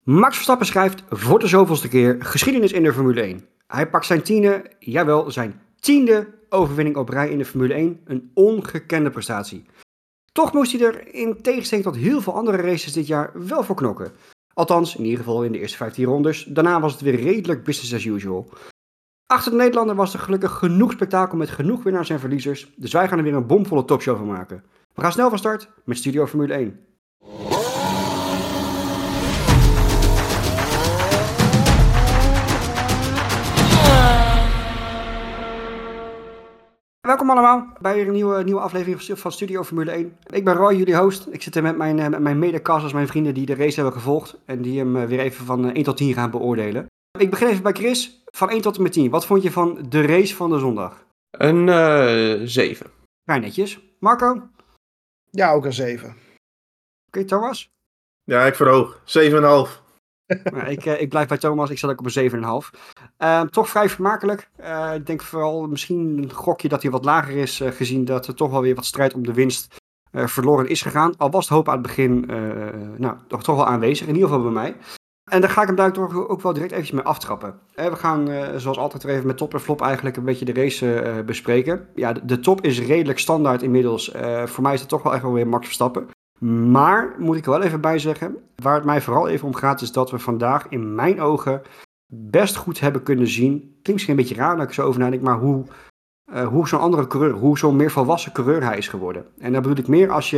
Max Verstappen schrijft voor de zoveelste keer geschiedenis in de Formule 1. Hij pakt zijn zijn tiende overwinning op rij in de Formule 1. Een ongekende prestatie. Toch moest hij er in tegenstelling tot heel veel andere races dit jaar wel voor knokken. Althans, in ieder geval in de eerste 15 rondes. Daarna was het weer redelijk business as usual. Achter de Nederlander was er gelukkig genoeg spektakel met genoeg winnaars en verliezers. Dus wij gaan er weer een bomvolle topshow van maken. We gaan snel van start met Studio Formule 1. Welkom allemaal bij een nieuwe aflevering van Studio Formule 1. Ik ben Roy, jullie host. Ik zit er met mijn medecasters, mijn vrienden die de race hebben gevolgd. En die hem weer even van 1 tot 10 gaan beoordelen. Ik begin even bij Chris. Van 1 tot en met 10. Wat vond je van de race van de zondag? Een 7. Vrij netjes. Marco? Ja, ook een 7. Oké, Thomas? Ja, ik verhoog. 7,5. Ik blijf bij Thomas. Ik zat ook op een 7,5. Toch vrij vermakelijk. Ik denk vooral misschien een gokje dat hij wat lager is. Gezien dat er toch wel weer wat strijd om de winst verloren is gegaan. Al was het hoop aan het begin toch wel aanwezig. In ieder geval bij mij. En daar ga ik hem daar toch ook wel direct eventjes mee aftrappen. We gaan zoals altijd weer even met top en flop eigenlijk een beetje de race bespreken. Ja, de top is redelijk standaard inmiddels. Voor mij is het toch wel echt wel weer Max Verstappen. Maar, moet ik er wel even bij zeggen, waar het mij vooral even om gaat, is dat we vandaag in mijn ogen best goed hebben kunnen zien. Klinkt misschien een beetje raar dat ik zo over nadenk, maar hoe zo'n andere coureur, hoe zo'n meer volwassen coureur hij is geworden. En daar bedoel ik meer als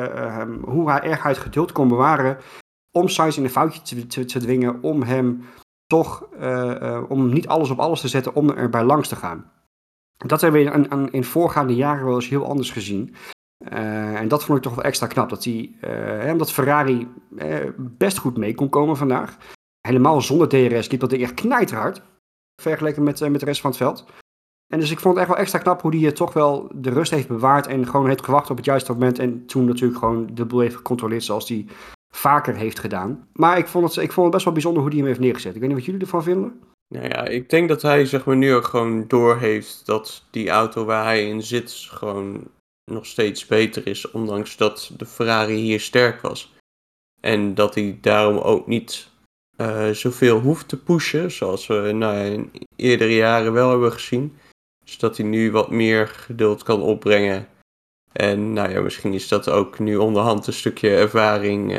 hoe hij erg uit geduld kon bewaren om Sainz in een foutje te dwingen, om hem toch, om niet alles op alles te zetten, om erbij langs te gaan. Dat hebben we in voorgaande jaren wel eens heel anders gezien. En dat vond ik toch wel extra knap. Omdat Ferrari best goed mee kon komen vandaag. Helemaal zonder DRS liep dat ding echt knijterhard. Vergeleken met de rest van het veld. En dus ik vond het echt wel extra knap hoe hij toch wel de rust heeft bewaard. En gewoon heeft gewacht op het juiste moment. En toen natuurlijk gewoon de boel heeft gecontroleerd zoals hij vaker heeft gedaan. Maar ik vond het best wel bijzonder hoe hij hem heeft neergezet. Ik weet niet wat jullie ervan vinden. Nou ja, ik denk dat hij nu ook gewoon doorheeft dat die auto waar hij in zit gewoon nog steeds beter is, ondanks dat de Ferrari hier sterk was. En dat hij daarom ook niet zoveel hoeft te pushen, zoals we in eerdere jaren wel hebben gezien. Dus dat hij nu wat meer geduld kan opbrengen. En misschien is dat ook nu onderhand een stukje ervaring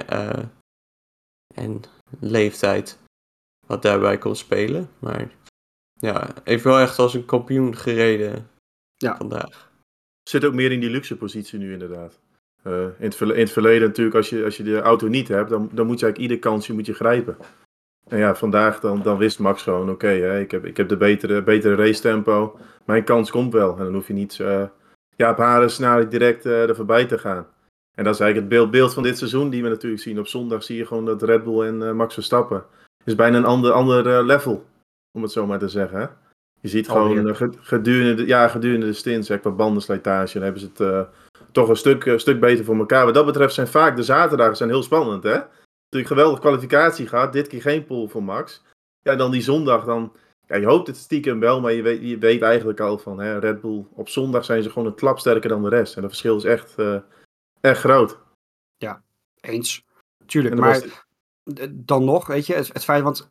en leeftijd wat daarbij kon spelen. Maar ja, heeft wel echt als een kampioen gereden vandaag. Zit ook meer in die luxe positie nu inderdaad. In het verleden natuurlijk, als je de auto niet hebt, dan moet je eigenlijk ieder kansje moet je grijpen. En ja, vandaag dan wist Max gewoon, oké, ik heb de betere race tempo. Mijn kans komt wel. En dan hoef je niet op haren snel direct er voorbij te gaan. En dat is eigenlijk het beeld van dit seizoen die we natuurlijk zien. Op zondag zie je gewoon dat Red Bull en Max Verstappen is bijna een ander level, om het zo maar te zeggen. Hè? Je ziet gewoon gedurende de stints, qua bandenslijtage, dan hebben ze het toch een stuk beter voor elkaar. Wat dat betreft zijn vaak de zaterdagen heel spannend. Hè? Natuurlijk geweldige kwalificatie gehad, dit keer geen pole voor Max. Ja, dan die zondag, je hoopt het stiekem wel, maar je weet eigenlijk al van Red Bull. Op zondag zijn ze gewoon een klap sterker dan de rest. En dat verschil is echt groot. Ja, eens. Tuurlijk, maar dan nog, weet je, het feit, want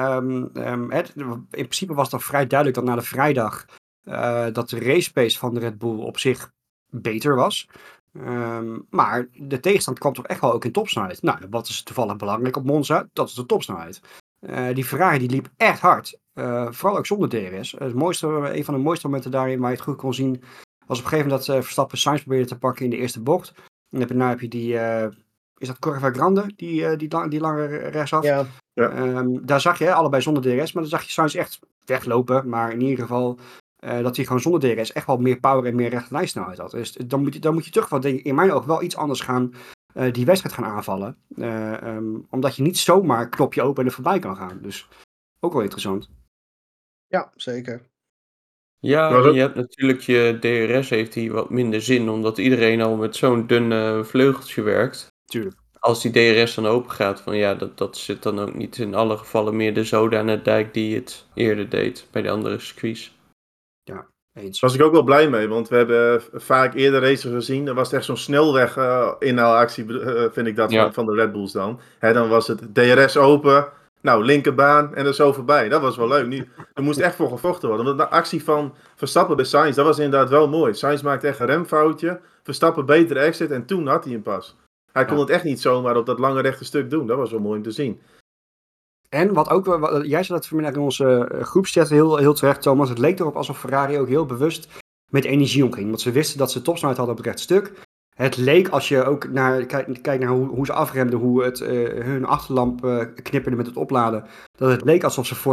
in principe was het dan vrij duidelijk dat na de vrijdag dat de race pace van de Red Bull op zich beter was. Maar de tegenstand kwam toch echt wel ook in topsnelheid. Nou, wat is toevallig belangrijk op Monza? Dat is de topsnelheid. Die Ferrari die liep echt hard. Vooral ook zonder DRS. Een van de mooiste momenten daarin waar je het goed kon zien was op een gegeven moment dat Verstappen Sainz probeerde te pakken in de eerste bocht. En heb je die, is dat Curva Grande, die lange rechtsaf? Ja. Daar zag je allebei zonder DRS, maar dan zag je Sainz echt weglopen. Maar in ieder geval dat hij gewoon zonder DRS echt wel meer power en meer rechte lijnsnelheid had. Dus dan moet je toch wel, denk ik, in mijn oog wel iets anders gaan die wedstrijd gaan aanvallen. Omdat je niet zomaar knopje open en er voorbij kan gaan. Dus ook wel interessant. Ja, zeker. Ja, en je hebt natuurlijk je DRS heeft hier wat minder zin, omdat iedereen al met zo'n dun vleugeltje werkt. Tuurlijk. Als die DRS dan open gaat, dat zit dan ook niet in alle gevallen meer de zoden aan de dijk die het eerder deed bij de andere circuits. Ja, Eens. Daar was ik ook wel blij mee, want we hebben vaak eerder races gezien. Dan was het echt zo'n snelweg inhaalactie, vind ik dat, Ja. van de Red Bulls dan. Hè, dan was het DRS open, nou, linkerbaan en er zo voorbij. Dat was wel leuk. Nu, er moest echt voor gevochten worden. Want de actie van Verstappen bij Sainz, dat was inderdaad wel mooi. Sainz maakte echt een remfoutje, Verstappen betere exit en toen had hij hem pas. Hij kon het echt niet zomaar op dat lange rechte stuk doen. Dat was wel mooi om te zien. En wat ook, jij zei dat vanmiddag in onze groepschat heel terecht, Thomas. Het leek erop alsof Ferrari ook heel bewust met energie omging. Want ze wisten dat ze topsnelheid hadden op het rechtstuk. Het leek, als je ook kijkt naar hoe ze afremden, hoe het hun achterlamp knipperde met het opladen, dat het leek alsof ze voor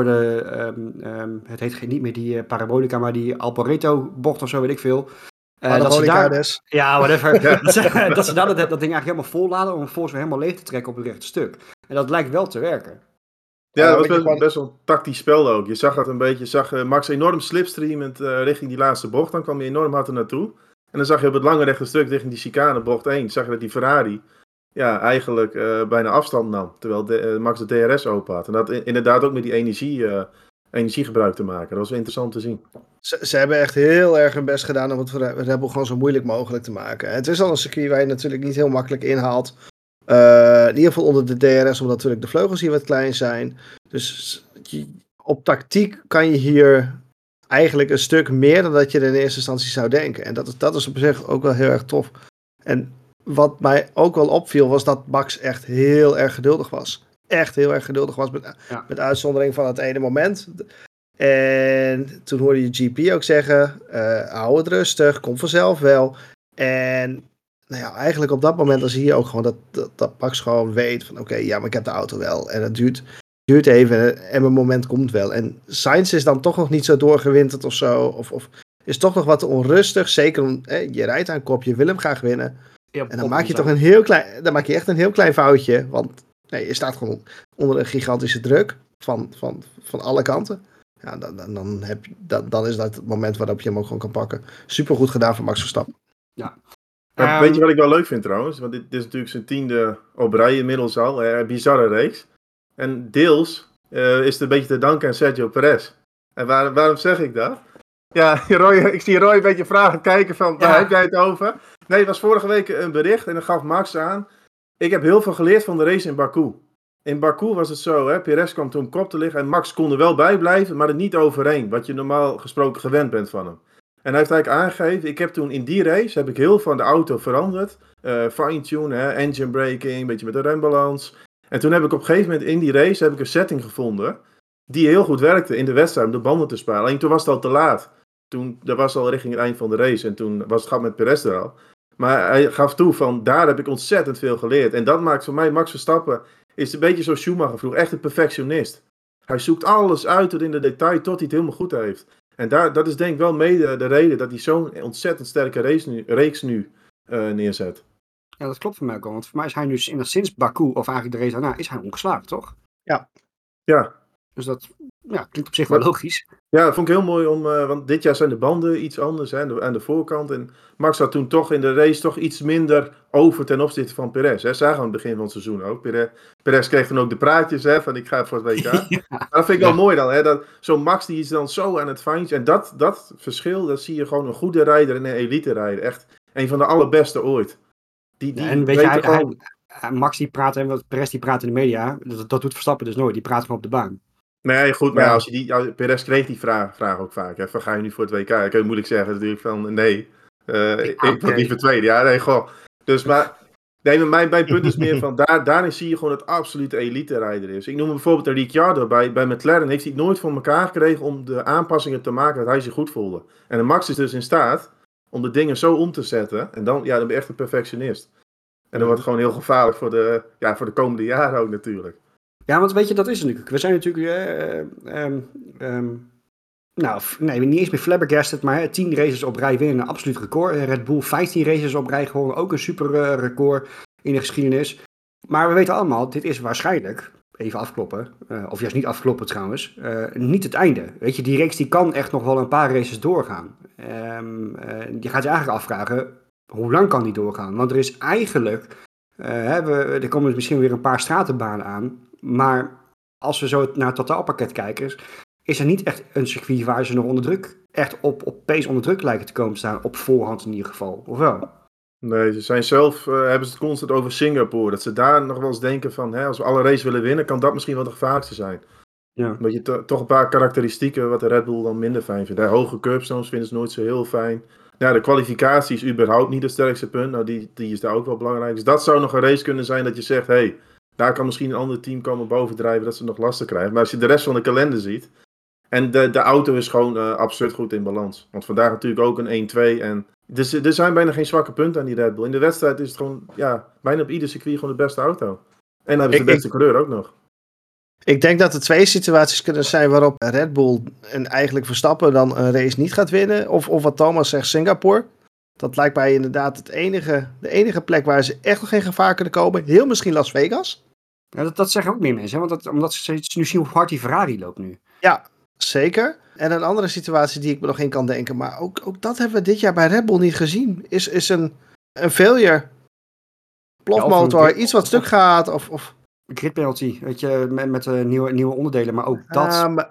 het heet niet meer die parabolica, maar die Alboreto-bocht of zo, weet ik veel. Dat ze daar, dus. ja, whatever. dat ze daar dat ding eigenlijk helemaal vol laden om hem volgens mij helemaal leeg te trekken op het rechte stuk. En dat lijkt wel te werken. Ja, dat was best wel een tactisch spel ook. Je zag dat een beetje, Max enorm slipstreamend richting die laatste bocht. Dan kwam hij enorm hard er naartoe. En dan zag je op het lange rechte stuk richting die chicane bocht 1, zag je dat die Ferrari eigenlijk bijna afstand nam. Terwijl Max de DRS open had. En dat inderdaad ook met die energiegebruik te maken. Dat was wel interessant te zien. Ze hebben echt heel erg hun best gedaan om het voor Red Bull gewoon zo moeilijk mogelijk te maken. Het is al een circuit waar je natuurlijk niet heel makkelijk inhaalt. In ieder geval onder de DRS, omdat natuurlijk de vleugels hier wat klein zijn. Dus op tactiek kan je hier eigenlijk een stuk meer dan dat je er in eerste instantie zou denken. En dat is op zich ook wel heel erg tof. En wat mij ook wel opviel, was dat Max echt heel erg geduldig was. Echt heel erg geduldig was, met uitzondering van het ene moment. En toen hoorde je GP ook zeggen, hou het rustig, komt vanzelf wel. En nou ja, eigenlijk op dat moment dan zie je ook gewoon dat Max gewoon weet van oké, ja, maar ik heb de auto wel. En het duurt even en mijn moment komt wel. En Sainz is dan toch nog niet zo doorgewinterd of zo. Of is toch nog wat onrustig. Zeker je rijdt aan kop, je wil hem graag winnen. Ja, en dan maak je toch echt een heel klein foutje. Want je staat gewoon onder een gigantische druk van alle kanten. Ja, dan is dat het moment waarop je hem ook gewoon kan pakken. Supergoed gedaan van Max Verstappen. Ja. Weet je wat ik wel leuk vind trouwens? Want dit is natuurlijk zijn 10e op rij inmiddels al. Bizarre reeks. En deels is het een beetje te danken aan Sergio Perez. En waarom zeg ik dat? Ja, Roy, ik zie Roy een beetje vragen kijken van, waar heb jij het over? Nee, het was vorige week een bericht en dan gaf Max aan. Ik heb heel veel geleerd van de race in Baku. In Baku was het zo, Perez kwam toen kop te liggen en Max kon er wel bij blijven, maar er niet overheen. Wat je normaal gesproken gewend bent van hem. En hij heeft eigenlijk aangegeven, ik heb toen in die race heb ik heel van de auto veranderd. Fine-tune, engine braking, een beetje met de rembalans. En toen heb ik op een gegeven moment in die race een setting gevonden die heel goed werkte in de wedstrijd om de banden te sparen. Alleen toen was het al te laat. Dat was al richting het eind van de race en toen was het gat met Perez er al. Maar hij gaf toe van, daar heb ik ontzettend veel geleerd. En dat maakt voor mij Max Verstappen, is een beetje zoals Schumacher vroeg, echt een perfectionist. Hij zoekt alles uit tot in de detail tot hij het helemaal goed heeft. En dat is denk ik wel mede de reden dat hij zo'n ontzettend sterke reeks nu neerzet. Ja, dat klopt voor mij ook al. Want voor mij is hij nu sinds Baku, of eigenlijk de race daarna, is hij ongeslagen, toch? Ja. Dus dat klinkt op zich wel logisch. Ja, dat vond ik heel mooi want dit jaar zijn de banden iets anders aan de voorkant. En Max had toen toch in de race toch iets minder over ten opzichte van Perez. Zagen we aan het begin van het seizoen ook. Perez kreeg dan ook de praatjes van ik ga voor het WK. Ja. Maar dat vind ik wel mooi dan. Dat zo'n Max die is dan zo aan het fijntje. En dat verschil, dat zie je gewoon een goede rijder en een elite rijder. Echt een van de allerbeste ooit. En weet je, Max die praat en Perez die praat in de media. Dat doet Verstappen dus nooit. Die praat gewoon op de baan. Nee, goed, maar als je Perez kreeg die vraag ook vaak. Van ga je nu voor het WK? Ik kan moeilijk zeggen natuurlijk van nee. Ik word liever tweede. Ja, nee, goh. Dus maar mijn punt is meer van daarin zie je gewoon dat absolute elite rijder is. Ik noem bijvoorbeeld een Ricciardo. Bij McLaren heeft hij het nooit voor elkaar gekregen om de aanpassingen te maken dat hij zich goed voelde. En de Max is dus in staat om de dingen zo om te zetten. En dan ben je echt een perfectionist. En dat wordt gewoon heel gevaarlijk voor de komende jaren ook natuurlijk. Ja, want weet je, dat is het natuurlijk. We zijn natuurlijk, niet eens meer flabbergasted, maar 10 races op rij winnen, een absoluut record. Red Bull 15 races op rij gewonnen, ook een super record in de geschiedenis. Maar we weten allemaal, dit is waarschijnlijk, even afkloppen, of juist niet afkloppen trouwens, niet het einde. Weet je, die reeks die kan echt nog wel een paar races doorgaan. Je gaat je eigenlijk afvragen, hoe lang kan die doorgaan? Want er is eigenlijk, er komen misschien weer een paar stratenbanen aan. Maar als we zo naar het totaalpakket kijken, is er niet echt een circuit waar ze nog onder druk echt op pace onder druk lijken te komen te staan. Op voorhand in ieder geval. Of wel? Nee, ze zijn zelf, hebben ze het constant over Singapore. Dat ze daar nog wel eens denken van, als we alle races willen winnen, kan dat misschien wel de gevaarlijkste zijn. Ja. Omdat je toch een paar karakteristieken wat de Red Bull dan minder fijn vindt. De hoge curbstones vinden ze nooit zo heel fijn. Ja, de kwalificatie is überhaupt niet het sterkste punt. Nou, die is daar ook wel belangrijk. Dus dat zou nog een race kunnen zijn dat je zegt, daar kan misschien een ander team komen bovendrijven dat ze het nog lastig krijgen. Maar als je de rest van de kalender ziet, en de auto is gewoon absurd goed in balans. Want vandaag natuurlijk ook een 1-2 en dus er zijn bijna geen zwakke punten aan die Red Bull. In de wedstrijd is het gewoon, bijna op ieder circuit gewoon de beste auto. En dan hebben ze de beste coureur ook nog. Ik denk dat er 2 situaties kunnen zijn waarop Red Bull en eigenlijk Verstappen dan een race niet gaat winnen. Of wat Thomas zegt, Singapore. Dat lijkt mij inderdaad de enige plek waar ze echt nog geen gevaar kunnen komen. Heel misschien Las Vegas. Ja, dat zeggen ook meer mensen, hè? Omdat ze nu zien hoe hard die Ferrari loopt nu. Ja, zeker. En een andere situatie die ik me nog in kan denken, maar ook dat hebben we dit jaar bij Red Bull niet gezien, is een failure. Plofmotor, iets wat stuk gaat of grid penalty, weet je, met nieuwe onderdelen, maar ook dat.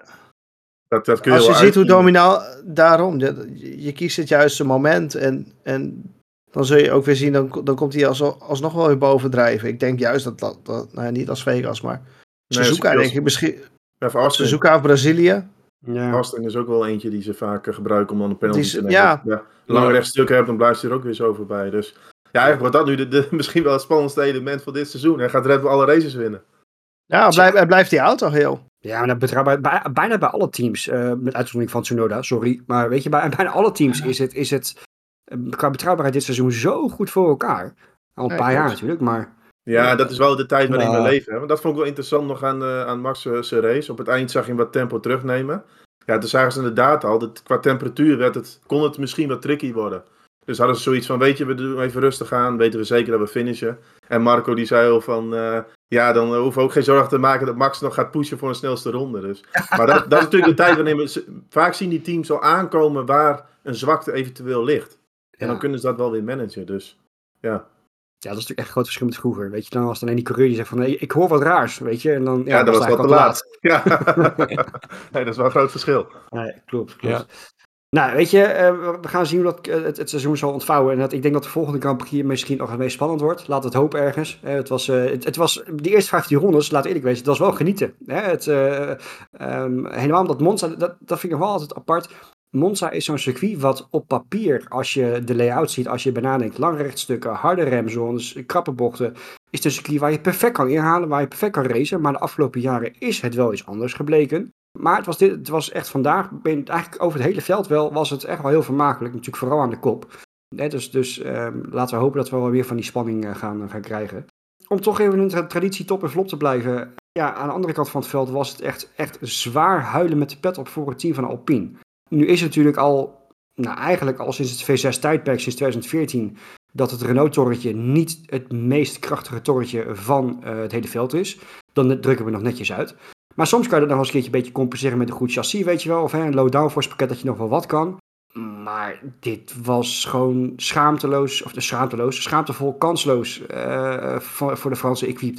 Dat kun je als wel je ziet hoe uitzien. dominant, daarom, je kiest het juiste moment en dan zul je ook weer zien, dan komt hij alsnog wel weer bovendrijven. Ik denk juist dat niet Las Vegas, maar Suzuka denk ik misschien. Suzuka of Brazilië. Ja. Austin is ook wel eentje die ze vaak gebruiken om dan een penalty te nemen. Ja. Lang rechtstuk hebt, dan blijft hij er ook weer zo voorbij. Dus ja, eigenlijk wordt dat nu misschien wel het spannendste element van dit seizoen. Hij gaat Red Bull alle races winnen. Ja, blijft die auto heel. Ja, maar dat betrouwbaar, bijna bij alle teams, met uitzondering van Tsunoda, sorry. Maar weet je, bijna alle teams is het qua betrouwbaarheid dit seizoen zo goed voor elkaar. Al een paar jaar natuurlijk, maar... Ja, dat is wel de tijd waarin we leven. Hè? Want dat vond ik wel interessant nog aan Max' race. Op het eind zag je hem wat tempo terugnemen. Ja, toen zagen ze inderdaad al, dat qua temperatuur kon het misschien wat tricky worden. Dus hadden ze zoiets van, weet je, we doen even rustig aan, weten we zeker dat we finishen. En Marco die zei al van, dan hoeven we ook geen zorgen te maken dat Max nog gaat pushen voor een snelste ronde. Dus. Maar dat is natuurlijk de tijd waarin we vaak zien die teams al aankomen waar een zwakte eventueel ligt. En dan kunnen ze dat wel weer managen, dus ja. Ja, dat is natuurlijk echt een groot verschil met vroeger. Weet je, dan was dan die coureur die zegt van, ik hoor wat raars, weet je. En dan, dat was wel te laat. Ja, nee, dat is wel een groot verschil. Nee, klopt. Ja. Nou, weet je, we gaan zien hoe dat het seizoen zal ontvouwen. En ik denk dat de volgende Grand Prix misschien nog het meest spannend wordt. Laat het hopen ergens. Het was die eerste 15 rondes, laat eerlijk wezen, het was wel genieten. Helemaal omdat Monza, dat vind ik nog wel altijd apart. Monza is zo'n circuit wat op papier, als je de layout ziet, als je benadenkt, lange rechtstukken, harde remzones, krappe bochten, is het een circuit waar je perfect kan inhalen, waar je perfect kan racen. Maar de afgelopen jaren is het wel iets anders gebleken. Maar het was echt vandaag, eigenlijk over het hele veld wel, was het echt wel heel vermakelijk. Natuurlijk vooral aan de kop. Dus laten we hopen dat we wel weer van die spanning gaan krijgen. Om toch even een traditie top en flop te blijven. Ja, aan de andere kant van het veld was het echt zwaar huilen met de pet op voor het team van Alpine. Nu is het natuurlijk eigenlijk al sinds het V6 tijdperk, sinds 2014, dat het Renault-torretje niet het meest krachtige torretje van het hele veld is. Dan drukken we nog netjes uit. Maar soms kan je dat nog eens een beetje compenseren met een goed chassis, weet je wel. Of een low downforce pakket dat je nog wel wat kan. Maar dit was gewoon schaamtevol, kansloos voor de Franse equipe.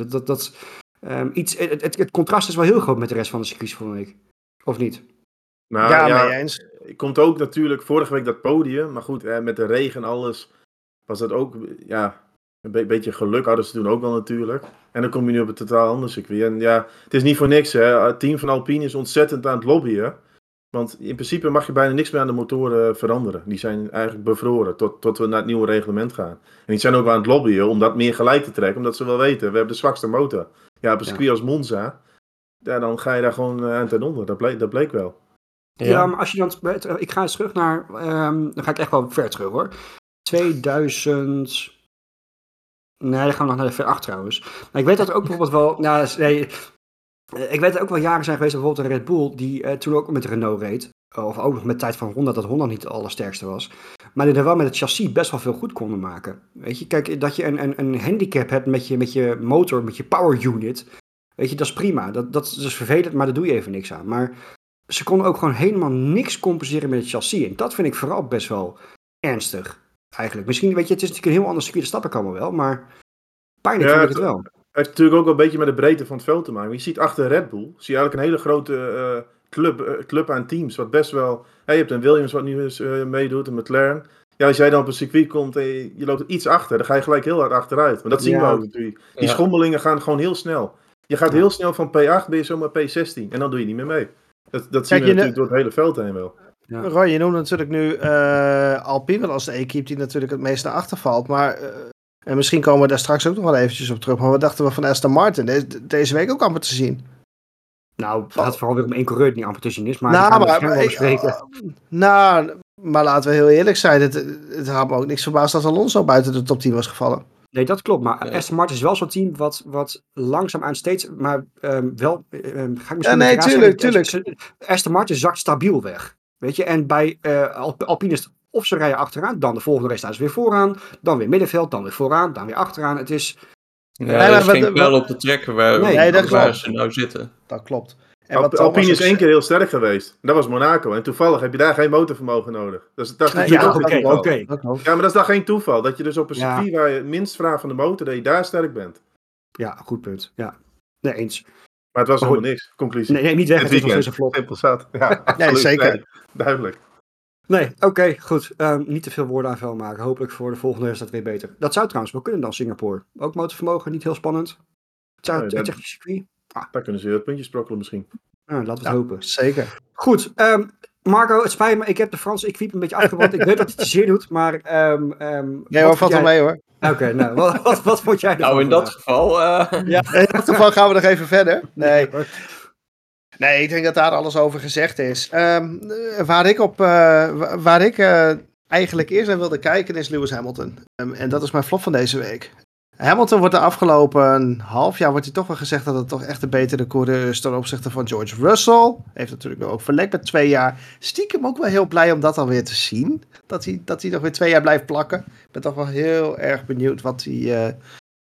Het contrast is wel heel groot met de rest van de circuits, vond ik. Of niet? Nou, mee eens. Komt ook natuurlijk vorige week dat podium. Maar goed, met de regen en alles was dat ook, een beetje geluk hadden ze toen ook wel natuurlijk. En dan kom je nu op een totaal ander circuit. En het is niet voor niks. Hè. Het team van Alpine is ontzettend aan het lobbyen. Want in principe mag je bijna niks meer aan de motoren veranderen. Die zijn eigenlijk bevroren tot we naar het nieuwe reglement gaan. En die zijn ook aan het lobbyen om dat meer gelijk te trekken. Omdat ze wel weten, we hebben de zwakste motor. Ja, op een circuit als Monza, dan ga je daar gewoon aan ten onder. Dat bleek wel. Ja, maar als je dan... Ik ga eens terug naar... dan ga ik echt wel ver terug hoor. 2000... Nee, dan gaan we nog naar de ver8 trouwens. Maar ik weet dat er ook bijvoorbeeld wel... ik weet dat er ook wel jaren zijn geweest, bijvoorbeeld een Red Bull, die toen ook met Renault reed. Of ook nog met tijd van Honda, dat Honda niet de allersterkste was. Maar die er wel met het chassis best wel veel goed konden maken. Weet je, kijk, dat je een handicap hebt met je motor, met je power unit. Weet je, dat is prima. Dat is vervelend, maar daar doe je even niks aan. Maar ze konden ook gewoon helemaal niks compenseren met het chassis. En dat vind ik vooral best wel ernstig, eigenlijk. Misschien, weet je, het is natuurlijk een heel ander circuit, dat snap ik allemaal wel. Maar pijnlijk vind ik het wel. Het heeft natuurlijk ook wel een beetje met de breedte van het veld te maken. Je ziet achter Red Bull, zie je eigenlijk een hele grote club aan teams. Wat best wel... je hebt een Williams wat nu eens meedoet, een McLaren. Ja, als jij dan op een circuit komt en je loopt er iets achter, dan ga je gelijk heel hard achteruit. Want dat zien we ook natuurlijk. Die schommelingen gaan gewoon heel snel. Je gaat heel snel van P8, ben je zomaar P16. En dan doe je niet meer mee. Dat zien we natuurlijk door het hele veld heen wel. Ja. Roy, je noemt natuurlijk nu Alpine wel als de equipe die natuurlijk het meest naar achter valt. Maar en misschien komen we daar straks ook nog wel eventjes op terug. Maar wat dachten we van Aston Martin? Deze week ook amper te zien. Nou, het gaat vooral weer om één coureur die niet amper te zien is. Maar maar laten we heel eerlijk zijn. Het had me ook niks verbaasd als Alonso buiten de top 10 was gevallen. Nee, dat klopt. Maar Aston Martin is wel zo'n team wat langzaam aan steeds... Maar wel... ga ik misschien tuurlijk. Aston Martin zakt stabiel weg. Weet je? En bij Alpine is het of ze rijden achteraan, dan de volgende race staan ze weer vooraan. Dan weer middenveld, dan weer vooraan, dan weer achteraan. Het is... er is geen pijl op de trekker waar ze nou zitten. Dat klopt. Alpine is 1 keer heel sterk geweest. Dat was Monaco. En toevallig heb je daar geen motorvermogen nodig. Dat is oké. Ja, maar dat is dan geen toeval. Dat je dus op een circuit waar je minst vraagt van de motor, dat je daar sterk bent. Ja, goed punt. Ja. Nee, eens. Maar het was helemaal niks. Conclusie. Nee, niet weg. Het is nog steeds een flop. Simpel zat. Ja, absoluut. Nee, zeker. Nee, duidelijk. Nee, oké, goed. Niet te veel woorden aan vuil maken. Hopelijk voor de volgende is dat weer beter. Dat zou trouwens wel kunnen dan Singapore. Ook motorvermogen, niet heel spannend. Het zou het technisch circuit. Daar kunnen ze weer wat puntjes sprokkelen misschien. Laten we het hopen. Zeker. Goed, Marco, het spijt me. Ik heb de Franse equipe een beetje afgewand. Ik weet dat het te zeer doet, maar... Jij hoor, valt wel mee hoor. Oké, nou, wat vond jij ervan? Nou, in dat geval... Ja, in dat geval gaan we nog even verder. Nee, ik denk dat daar alles over gezegd is. Waar ik eigenlijk eerst naar wilde kijken is Lewis Hamilton. En dat is mijn flop van deze week. Hamilton wordt de afgelopen half jaar wordt hij toch wel gezegd dat het toch echt een betere coureur is ten opzichte van George Russell. Heeft natuurlijk ook verlengd met 2 jaar. Stiekem ook wel heel blij om dat alweer te zien. Dat hij nog weer 2 jaar blijft plakken. Ik ben toch wel heel erg benieuwd wat hij...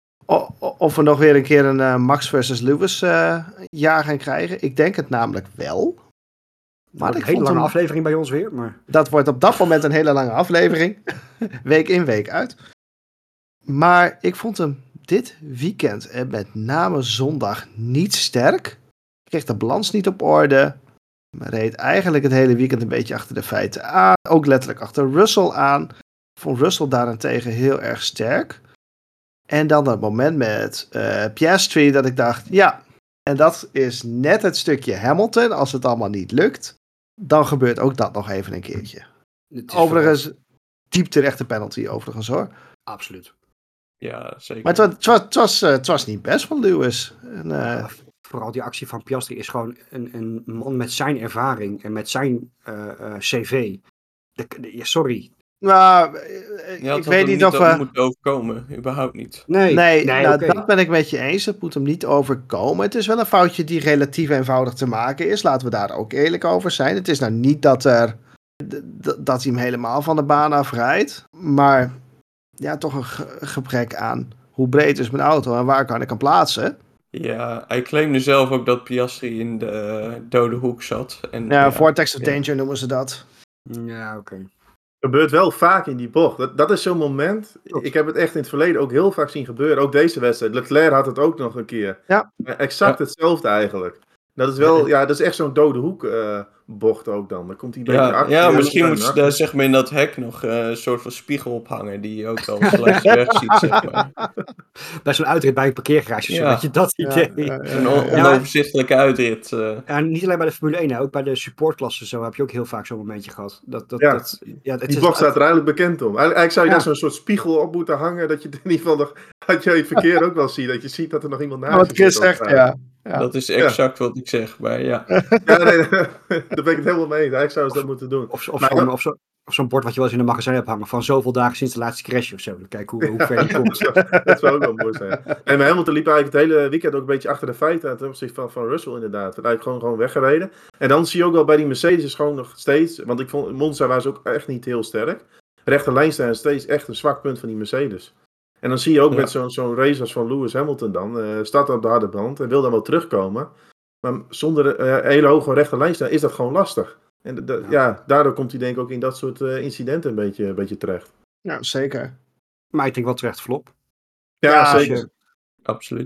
of we nog weer een keer een Max versus Lewis jaar gaan krijgen. Ik denk het namelijk wel. Maar een hele lange aflevering bij ons weer. Maar... Dat wordt op dat moment een hele lange aflevering. Week in, week uit. Maar ik vond hem dit weekend en met name zondag niet sterk. Ik kreeg de balans niet op orde. Maar reed eigenlijk het hele weekend een beetje achter de feiten aan. Ook letterlijk achter Russell aan. Ik vond Russell daarentegen heel erg sterk. En dan dat moment met Piastri dat ik dacht, ja, en dat is net het stukje Hamilton. Als het allemaal niet lukt, dan gebeurt ook dat nog even een keertje. Overigens, diep terechte penalty overigens hoor. Absoluut. Ja, zeker. Maar het was niet best van Lewis. Vooral die actie van Piastri is gewoon een man met zijn ervaring en met zijn cv. Sorry. Nou, ik weet niet of dat moet overkomen, überhaupt niet. Nee, dat ben ik met je eens. Het moet hem niet overkomen. Het is wel een foutje die relatief eenvoudig te maken is. Laten we daar ook eerlijk over zijn. Het is nou niet dat hij hem helemaal van de baan afrijdt. Maar ja, toch een gebrek aan hoe breed is mijn auto en waar kan ik hem plaatsen. Ja, hij claimde zelf ook dat Piastri in de dode hoek zat. En, vortex of danger noemen ze dat. Ja, oké. Gebeurt wel vaak in die bocht. Dat is zo'n moment. Ik heb het echt in het verleden ook heel vaak zien gebeuren. Ook deze wedstrijd. Leclerc had het ook nog een keer. Ja. Exact hetzelfde eigenlijk. Dat is wel, dat is echt zo'n dode hoek bocht ook dan. Dan komt hij een beetje achter. Ja, misschien moet je daar zeg maar in dat hek nog een soort van spiegel ophangen die je ook al slechts weg ziet, zeg maar. Bij zo'n uitrit bij een parkeergarage, weet je dat idee. Een onoverzichtelijke uitrit. Ja, niet alleen bij de Formule 1, ook bij de supportklassen zo heb je ook heel vaak zo'n momentje gehad. Die bocht staat er eigenlijk bekend om. Eigenlijk zou je daar zo'n soort spiegel op moeten hangen, dat je in ieder geval nog, dat je het verkeer ook wel ziet, dat je ziet dat er nog iemand naast je zit. Wat Chris zegt, ja. Dat is exact wat ik zeg, maar ja. Daar ben ik het helemaal mee eens. Eigenlijk zouden ze dat moeten doen. Of zo'n bord wat je wel eens in een magazijn hebt hangen van zoveel dagen sinds de laatste crash of zo. Dan kijk hoe ver die komt. Dat zou ook wel mooi zijn. En maar Hamilton liep eigenlijk het hele weekend ook een beetje achter de feiten ten opzichte van Russell inderdaad. Werd eigenlijk gewoon weggereden. En dan zie je ook wel bij die Mercedes is gewoon nog steeds, want ik vond Monza was ook echt niet heel sterk. Rechte lijn staan steeds echt een zwak punt van die Mercedes. En dan zie je ook met zo'n race als van Lewis Hamilton dan, staat op de harde band en wil dan wel terugkomen. Maar zonder hele hoge rechte lijn staan is dat gewoon lastig. En daardoor komt hij denk ik ook in dat soort incidenten een beetje terecht. Ja, zeker. Maar ik denk wel terecht flop. Ja, zeker. Absoluut.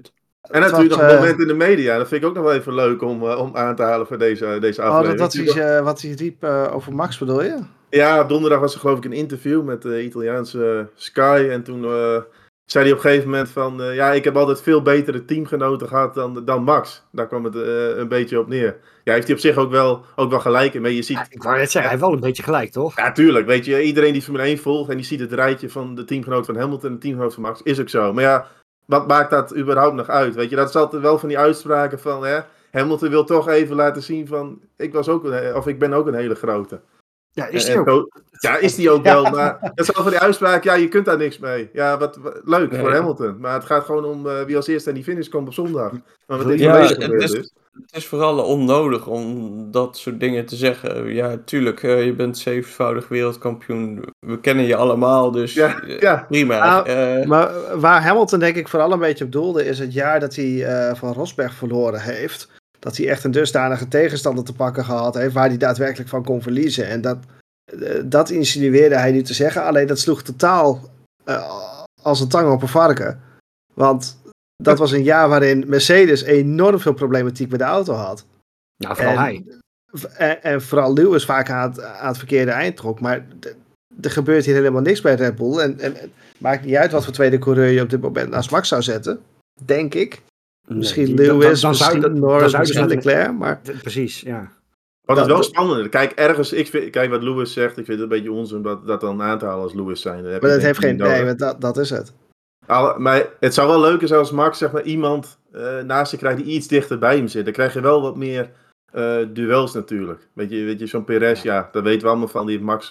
En natuurlijk nog een moment in de media. Dat vind ik ook nog wel even leuk om aan te halen voor deze aflevering. Wat hij riep over Max, bedoel je? Ja, op donderdag was er geloof ik een interview met de Italiaanse Sky. En toen zei hij op een gegeven moment van... ik heb altijd veel betere teamgenoten gehad dan Max. Daar kwam het een beetje op neer. Ja, heeft hij op zich ook wel gelijk in. Maar je ziet... Ja, ik wou net zeggen, hij heeft wel een beetje gelijk, toch? Ja, tuurlijk. Weet je, iedereen die Formule 1 volgt en die ziet het rijtje van de teamgenoot van Hamilton en de teamgenoot van Max, is ook zo. Maar ja, wat maakt dat überhaupt nog uit? Weet je, dat is altijd wel van die uitspraken van... Hamilton wil toch even laten zien van... Ik ben ook een hele grote. Ja, is die ook? Ja, is die ook wel. Maar dat is wel van die uitspraak, je kunt daar niks mee. Ja, leuk voor Hamilton. Maar het gaat gewoon om wie als eerste aan die finish komt op zondag. Maar wat het is vooral onnodig om dat soort dingen te zeggen. Ja, tuurlijk, je bent 7voudig wereldkampioen. We kennen je allemaal, dus prima. Maar waar Hamilton denk ik vooral een beetje op doelde, is het jaar dat hij van Rosberg verloren heeft. Dat hij echt een dusdanige tegenstander te pakken gehad heeft, waar hij daadwerkelijk van kon verliezen. En dat insinueerde hij nu te zeggen, alleen dat sloeg totaal als een tang op een varken. Want dat was een jaar waarin Mercedes enorm veel problematiek met de auto had. Nou, vooral hij. En vooral Lewis vaak aan het verkeerde eind trok. Maar er gebeurt hier helemaal niks bij Red Bull. En het maakt niet uit wat voor tweede coureur je op dit moment naast Max zou zetten. Denk ik. Misschien Lewis, misschien Norris, misschien Leclerc. Maar... Precies, ja. Wat is wel spannend. Kijk, ergens, kijk wat Lewis zegt. Ik vind het een beetje onzin dat dan aan te halen als Lewis zijn. Maar dat heeft geen... Nee, dat is het. Maar het zou wel leuk zijn als Max zeg maar, iemand naast je krijgt die iets dichter bij hem zit. Dan krijg je wel wat meer duels natuurlijk. Weet je zo'n Perez, ja, dat weten we allemaal van. Die heeft Max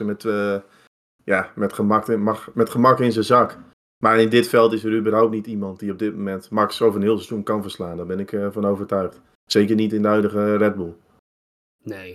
met gemak in zijn zak. Maar in dit veld is er überhaupt niet iemand die op dit moment Max over een heel seizoen kan verslaan. Daar ben ik van overtuigd. Zeker niet in de huidige Red Bull. Nee.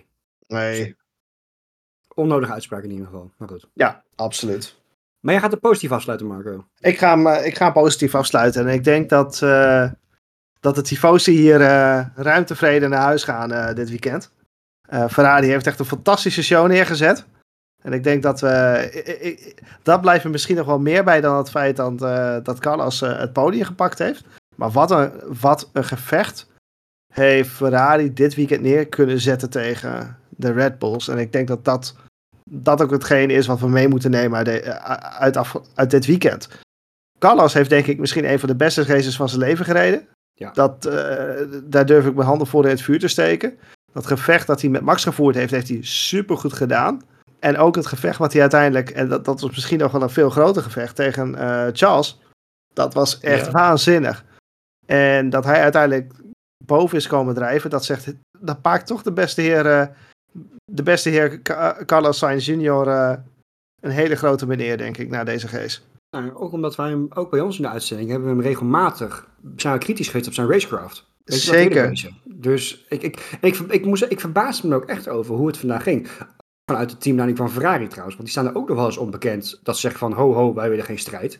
Onnodige uitspraak in ieder geval. Maar goed. Ja, absoluut. Maar jij gaat het positief afsluiten, Marco. Ik ga hem positief afsluiten. En ik denk dat de tifosi hier ruim tevreden naar huis gaan dit weekend. Ferrari heeft echt een fantastische show neergezet. En ik denk dat dat blijft er misschien nog wel meer bij dan het feit dat Carlos het podium gepakt heeft. Maar wat een gevecht heeft Ferrari dit weekend neer kunnen zetten tegen de Red Bulls. En ik denk dat ook hetgeen is wat we mee moeten nemen uit dit weekend. Carlos heeft denk ik misschien een van de beste races van zijn leven gereden. Ja. Daar durf ik mijn handen voor in het vuur te steken. Dat gevecht dat hij met Max gevoerd heeft hij supergoed gedaan. En ook het gevecht wat hij uiteindelijk, en dat was misschien nog wel een veel groter gevecht tegen Charles. Dat was echt waanzinnig. En dat hij uiteindelijk boven is komen drijven, dat maakt toch de beste heer Carlos Sainz Jr. Een hele grote meneer, denk ik, na deze race. Nou, ook omdat wij hem, ook bij ons in de uitzending, hebben we hem regelmatig kritisch geweest op zijn racecraft. Zeker. Dus ik verbaasde me ook echt over hoe het vandaag ging. Vanuit de teamleiding van Ferrari trouwens. Want die staan er ook nog wel eens onbekend. Dat ze zeggen van ho, wij willen geen strijd.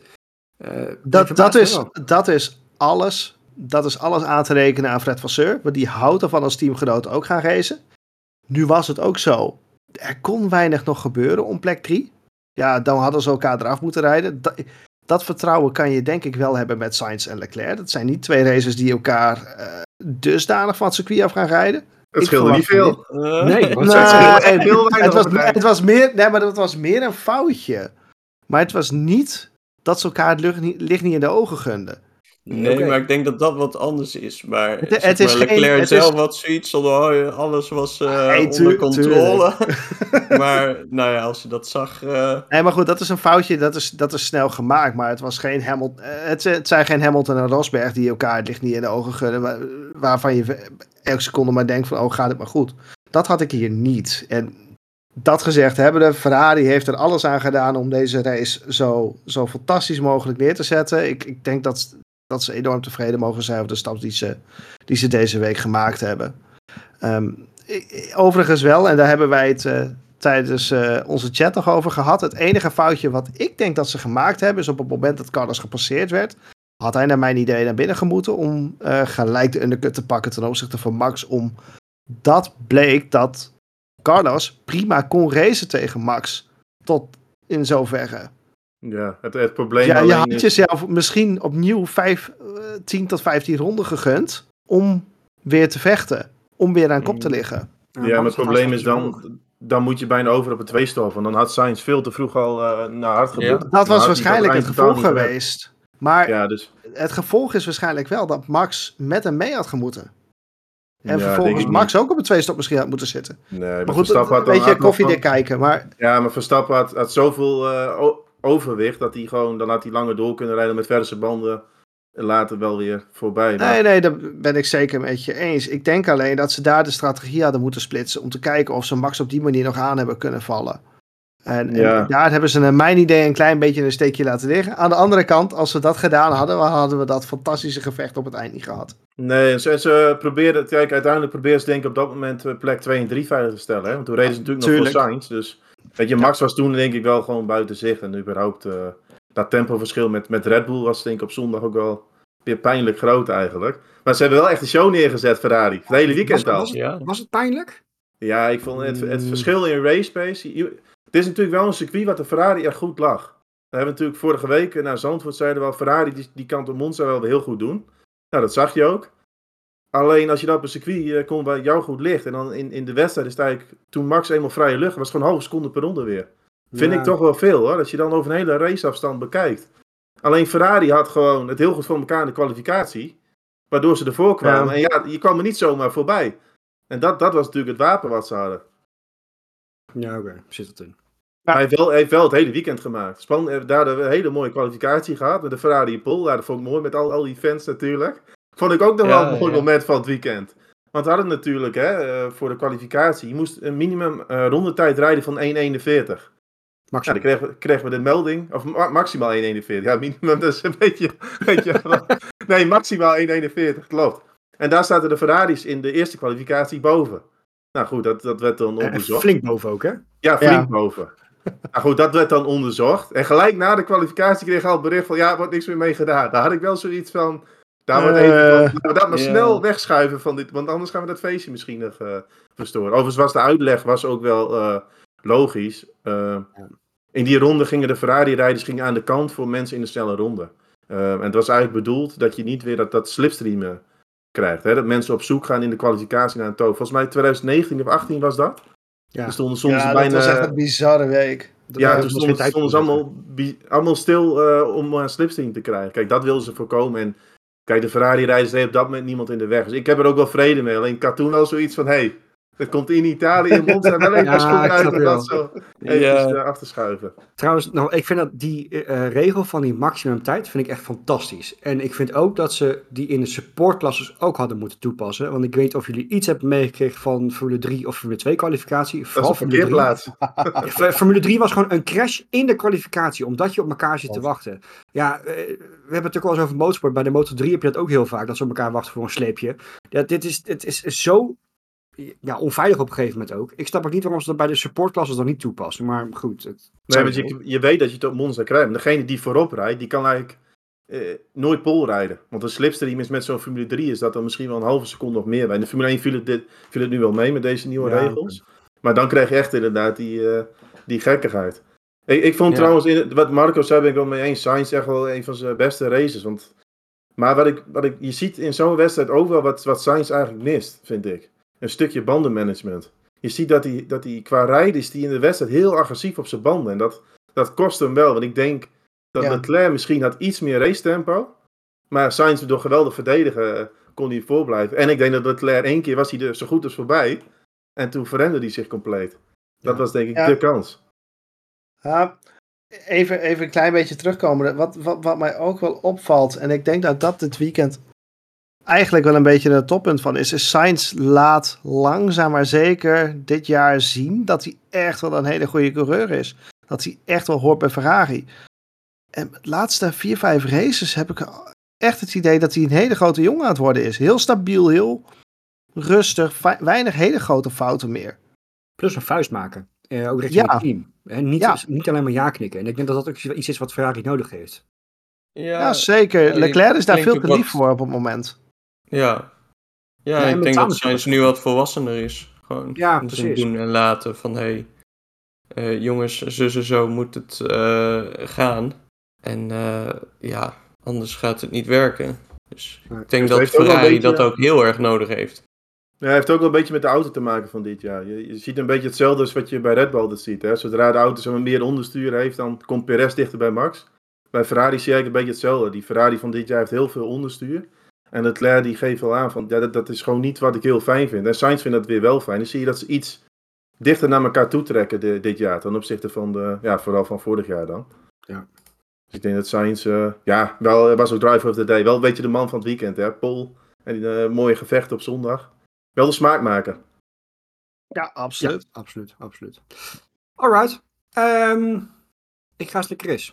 Dat is alles aan te rekenen aan Fred Vasseur. Want die houdt ervan als teamgenoot ook gaan racen. Nu was het ook zo. Er kon weinig nog gebeuren om plek 3. Ja, dan hadden ze elkaar eraf moeten rijden. Dat vertrouwen kan je denk ik wel hebben met Sainz en Leclerc. Dat zijn niet twee racers die elkaar dusdanig van het circuit af gaan rijden. Het scheelde niet veel. Het was meer een foutje. Maar het was niet dat ze elkaar het licht niet in de ogen gunden. Nee, maar ik denk dat dat wat anders is. Maar Leclerc zelf had zoiets van, alles was onder controle. Maar nou ja, als je dat zag... Nee, maar goed, dat is een foutje, dat is snel gemaakt. Maar het was geen Hamilton... Het zijn geen Hamilton en Rosberg die elkaar het licht niet in de ogen gunnen. Waarvan je elke seconde maar denkt van, gaat het maar goed. Dat had ik hier niet. En dat gezegd hebbende, Ferrari heeft er alles aan gedaan om deze race zo fantastisch mogelijk neer te zetten. Ik denk dat ze enorm tevreden mogen zijn over de stap die ze deze week gemaakt hebben. Overigens wel, en daar hebben wij het tijdens onze chat nog over gehad. Het enige foutje wat ik denk dat ze gemaakt hebben, is op het moment dat Carlos gepasseerd werd, had hij naar mijn idee naar binnen gemoeten om gelijk de undercut te pakken ten opzichte van Max. Dat bleek dat Carlos prima kon racen tegen Max. Tot in zoverre. Ja, het probleem Ja, je alleen had is... jezelf misschien opnieuw 10 tot 15 ronden gegund om weer te vechten. Om weer aan kop te liggen. Ja, maar het probleem is dan moet je bijna over op een tweestof. Want dan had Sainz veel te vroeg al naar hard gebeurd. Ja. Dat was Dan waarschijnlijk had het hij dat gevolg eind totaal niet geweest. Maar Ja, dus... het gevolg is waarschijnlijk wel dat Max met hem mee had gemoeten. En Ja, vervolgens denk ik Max ook op een tweestop misschien had moeten zitten. Nee, Maar goed, Verstappen had een beetje had koffiedik kijken. Maar Ja, maar Verstappen had zoveel overwicht dat hij gewoon... Dan had hij langer door kunnen rijden met verse banden. En later wel weer voorbij. Maar... nee, daar ben ik zeker met je eens. Ik denk alleen dat ze daar de strategie hadden moeten splitsen. Om te kijken of ze Max op die manier nog aan hebben kunnen vallen. En daar hebben ze naar mijn idee een klein beetje een steekje laten liggen. Aan de andere kant, als ze dat gedaan hadden, hadden we dat fantastische gevecht op het eind niet gehad. Nee, en ze probeerden... Kijk, uiteindelijk probeerden ze denk ik op dat moment plek 2 en 3 veilig te stellen. Hè? Want toen reden ze natuurlijk nog voor Sainz. Dus weet je, Max was toen denk ik wel gewoon buiten zich. En überhaupt dat tempoverschil met Red Bull was denk ik op zondag ook wel weer pijnlijk groot eigenlijk. Maar ze hebben wel echt een show neergezet, Ferrari. Het hele weekend al. Was het pijnlijk? Ja, ik vond het verschil in race pace... Het is natuurlijk wel een circuit wat de Ferrari echt goed lag. We hebben natuurlijk vorige week naar Zandvoort zeiden wel... Ferrari die kan op Monza wel heel goed doen. Nou, dat zag je ook. Alleen als je dat op een circuit kon bij jou goed ligt... en dan in de wedstrijd is het eigenlijk... Toen Max eenmaal vrije lucht was het gewoon een halve seconde per ronde weer. Vind ik toch wel veel hoor. Als je dan over een hele raceafstand bekijkt. Alleen Ferrari had gewoon het heel goed voor elkaar in de kwalificatie. Waardoor ze ervoor kwamen. En ja, je kwam er niet zomaar voorbij. En dat was natuurlijk het wapen wat ze hadden. Ja, oké. Zit het in. Ja. Hij heeft wel het hele weekend gemaakt. Daar hebben we een hele mooie kwalificatie gehad. Met de Ferrari pole. Ja, dat vond ik mooi met al die fans natuurlijk. Vond ik ook nog wel een mooi moment van het weekend. Want we hadden natuurlijk voor de kwalificatie. Je moest een minimum rondetijd rijden van 1:41. Maximaal. Ja, dan kregen we de melding. Of maximaal 1:41. Ja, minimum dat is een beetje nee, maximaal 1:41. Klopt. En daar zaten de Ferraris in de eerste kwalificatie boven. Nou goed, dat werd dan onderzocht. Flink boven ook, hè? Ja, flink boven. Nou goed, dat werd dan onderzocht. En gelijk na de kwalificatie kreeg ik al het bericht van... Ja, er wordt niks meer mee gedaan. Daar had ik wel zoiets van... Laten we dat maar snel wegschuiven van dit... Want anders gaan we dat feestje misschien nog verstoren. Overigens was de uitleg ook wel logisch. In die ronde gingen de Ferrari-rijders aan de kant voor mensen in de snelle ronde. En het was eigenlijk bedoeld dat je niet weer dat slipstreamen krijgt. Hè? Dat mensen op zoek gaan in de kwalificatie naar een toon. Volgens mij 2019 of 2018 was dat. Ja, dat was echt een bizarre week. Toen stonden ze allemaal stil om een slipstream te krijgen. Kijk, dat wilden ze voorkomen. En kijk, de Ferrari-rijders deed op dat moment niemand in de weg. Dus ik heb er ook wel vrede mee. Alleen ik had toen al zoiets van... Hey, dat komt in Italië, in Monza wel even schoenen uit om dat zo even af te schuiven. Trouwens, ik vind dat die regel van die maximumtijd vind ik echt fantastisch. En ik vind ook dat ze die in de supportklasses ook hadden moeten toepassen. Want ik weet of jullie iets hebben meegekregen van Formule 3 of Formule 2 kwalificatie. Vooral dat is een parkeerplaats. Formule 3 was gewoon een crash in de kwalificatie, omdat je op elkaar zit te wachten. Ja, we hebben het natuurlijk wel eens over motorsport. Bij de Moto3 heb je dat ook heel vaak, dat ze op elkaar wachten voor een sleepje. Ja, het is zo... Ja, onveilig op een gegeven moment ook. Ik snap ook niet waarom ze dat bij de supportklasses dan niet toepassen. Maar goed. Nee, want je weet dat je het op Monza krijgt. Maar degene die voorop rijdt, die kan eigenlijk nooit pole rijden. Want een slipstream is met zo'n Formule 3 is dat dan misschien wel een halve seconde of meer bij. In de Formule 1 viel het nu wel mee met deze nieuwe regels. Maar dan krijg je echt inderdaad die gekkigheid. Ik vond trouwens, wat Marco zei ben ik wel mee eens. Sainz echt wel een van zijn beste races. Maar je ziet in zo'n wedstrijd ook wel wat Sainz eigenlijk mist, vind ik. Een stukje bandenmanagement. Je ziet dat hij qua rijden is die in de wedstrijd heel agressief op zijn banden. En dat kost hem wel. Want ik denk dat Leclerc misschien had iets meer racetempo. Maar Sainz door geweldig verdedigen kon hij voorblijven. En ik denk dat Leclerc 1 keer was hij er zo goed als voorbij. En toen verrende hij zich compleet. Dat was denk ik de kans. Even een klein beetje terugkomen. Wat mij ook wel opvalt. En ik denk dat dit weekend... eigenlijk wel een beetje het toppunt van is Sainz laat langzaam maar zeker dit jaar zien dat hij echt wel een hele goede coureur is. Dat hij echt wel hoort bij Ferrari. En de laatste 4-5 races heb ik echt het idee dat hij een hele grote jongen aan het worden is. Heel stabiel, heel rustig, weinig hele grote fouten meer. Plus een vuist maken. Ook richting het team. Niet alleen maar ja knikken. En ik denk dat dat ook iets is wat Ferrari nodig heeft. Ja, zeker. Leclerc is daar veel te lief voor op het moment. Ja, ik denk dat Sainz nu wat volwassener is. Gewoon precies. doen en laten van jongens, zo moet het gaan. En ja, anders gaat het niet werken. Dus Nee. ik denk Dus dat het heeft ook wel een Ferrari beetje- dat ook heel erg nodig heeft. Ja, hij heeft ook wel een beetje met de auto te maken van dit jaar. Je ziet een beetje hetzelfde als wat je bij Red Bull altijd ziet. Hè? Zodra de auto zo meer onderstuur heeft, dan komt Perez dichter bij Max. Bij Ferrari zie ik een beetje hetzelfde. Die Ferrari van dit jaar heeft heel veel onderstuur. En Leclerc die geeft wel aan van, ja, dat is gewoon niet wat ik heel fijn vind. En Sainz vindt dat weer wel fijn. Dan zie je dat ze iets dichter naar elkaar toe trekken dit jaar. Ten opzichte van vooral van vorig jaar dan. Ja. Dus ik denk dat Sainz, wel was ook driver of the day. Wel een beetje de man van het weekend, hè. Pole en die mooie gevechten op zondag. Wel de smaakmaker. Ja, absoluut. Ja, absoluut. Alright. Ik ga eens naar Chris.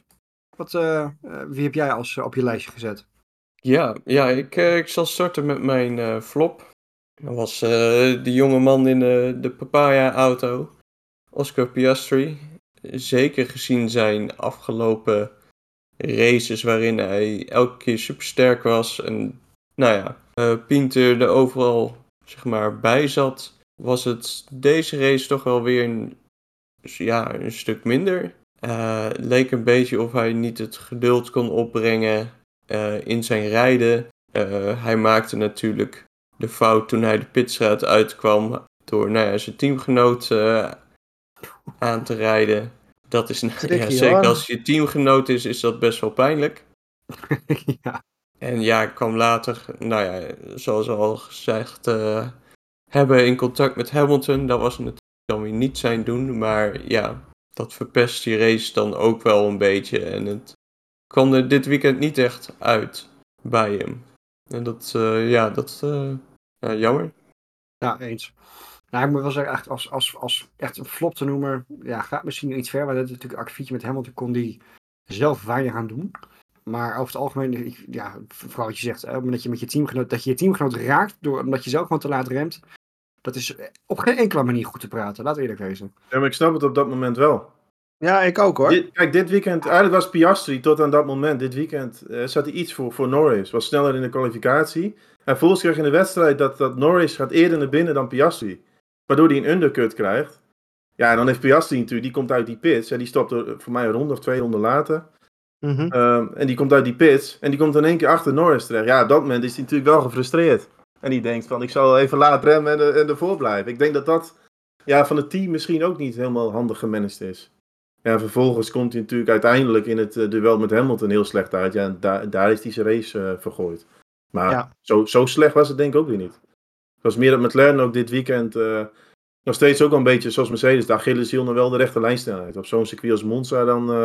Wie heb jij als op je lijstje gezet? Ja, ik zal starten met mijn flop. Dat was de jonge man in de Papaya-auto, Oscar Piastri. Zeker gezien zijn afgelopen races waarin hij elke keer supersterk was. En nou ja, Pinter er overal zeg maar bij zat, was het deze race toch wel weer een stuk minder. Leek een beetje of hij niet het geduld kon opbrengen in zijn rijden. Hij maakte natuurlijk de fout toen hij de pitstraat uitkwam door zijn teamgenoot aan te rijden. Dat is Tricky, zeker hoor. als je teamgenoot is dat best wel pijnlijk. Ja. En ja, ik kwam later, zoals we al gezegd hebben, in contact met Hamilton. Dat was natuurlijk dan weer niet zijn doen, maar ja, dat verpest die race dan ook wel een beetje. En het kwam er dit weekend niet echt uit bij hem. En dat, jammer. Ja, eens. Nou, ik moet wel zeggen, echt als echt een flop te noemen, ja, gaat misschien iets ver, maar dat is natuurlijk een akkefietje met Hamilton kon die zelf weinig aan doen. Maar over het algemeen, vooral wat je zegt, op het moment dat je met je teamgenoot raakt, omdat je zelf gewoon te laat remt, dat is op geen enkele manier goed te praten, laat eerlijk wezen. Ja, maar ik snap het op dat moment wel. Ja, ik ook hoor. Kijk, dit weekend, eigenlijk was Piastri tot aan dat moment. Dit weekend zat hij iets voor Norris. Was sneller in de kwalificatie. En volgens kreeg in de wedstrijd dat Norris gaat eerder naar binnen dan Piastri. Waardoor hij een undercut krijgt. Ja, en dan heeft Piastri natuurlijk, die komt uit die pits. En die stopt er voor mij een ronde of 2 ronden later. Mhm. En die komt uit die pits. En die komt in één keer achter Norris terecht. Ja, op dat moment is hij natuurlijk wel gefrustreerd. En die denkt van, ik zal even laat remmen en ervoor blijven. Ik denk dat van het team misschien ook niet helemaal handig gemanaged is. Ja, vervolgens komt hij natuurlijk uiteindelijk in het duel met Hamilton heel slecht uit. Ja, en daar is hij zijn race vergooid. Maar Ja. zo slecht was het denk ik ook weer niet. Het was meer dat McLaren ook dit weekend nog steeds ook wel een beetje zoals Mercedes. De Achilleshiel nog wel de rechte lijnsnelheid. Op zo'n circuit als Monza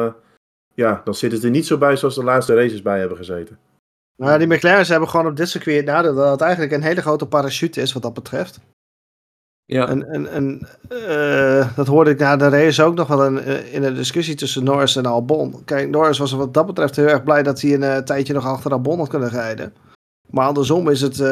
dan zitten ze er niet zo bij zoals de laatste races bij hebben gezeten. Nou, die McLaren's hebben gewoon op dit circuit het nadeel dat het eigenlijk een hele grote parachute is wat dat betreft. Ja, En dat hoorde ik na de race ook nog wel in een discussie tussen Norris en Albon. Kijk, Norris was wat dat betreft heel erg blij dat hij een tijdje nog achter Albon had kunnen rijden. Maar andersom is het,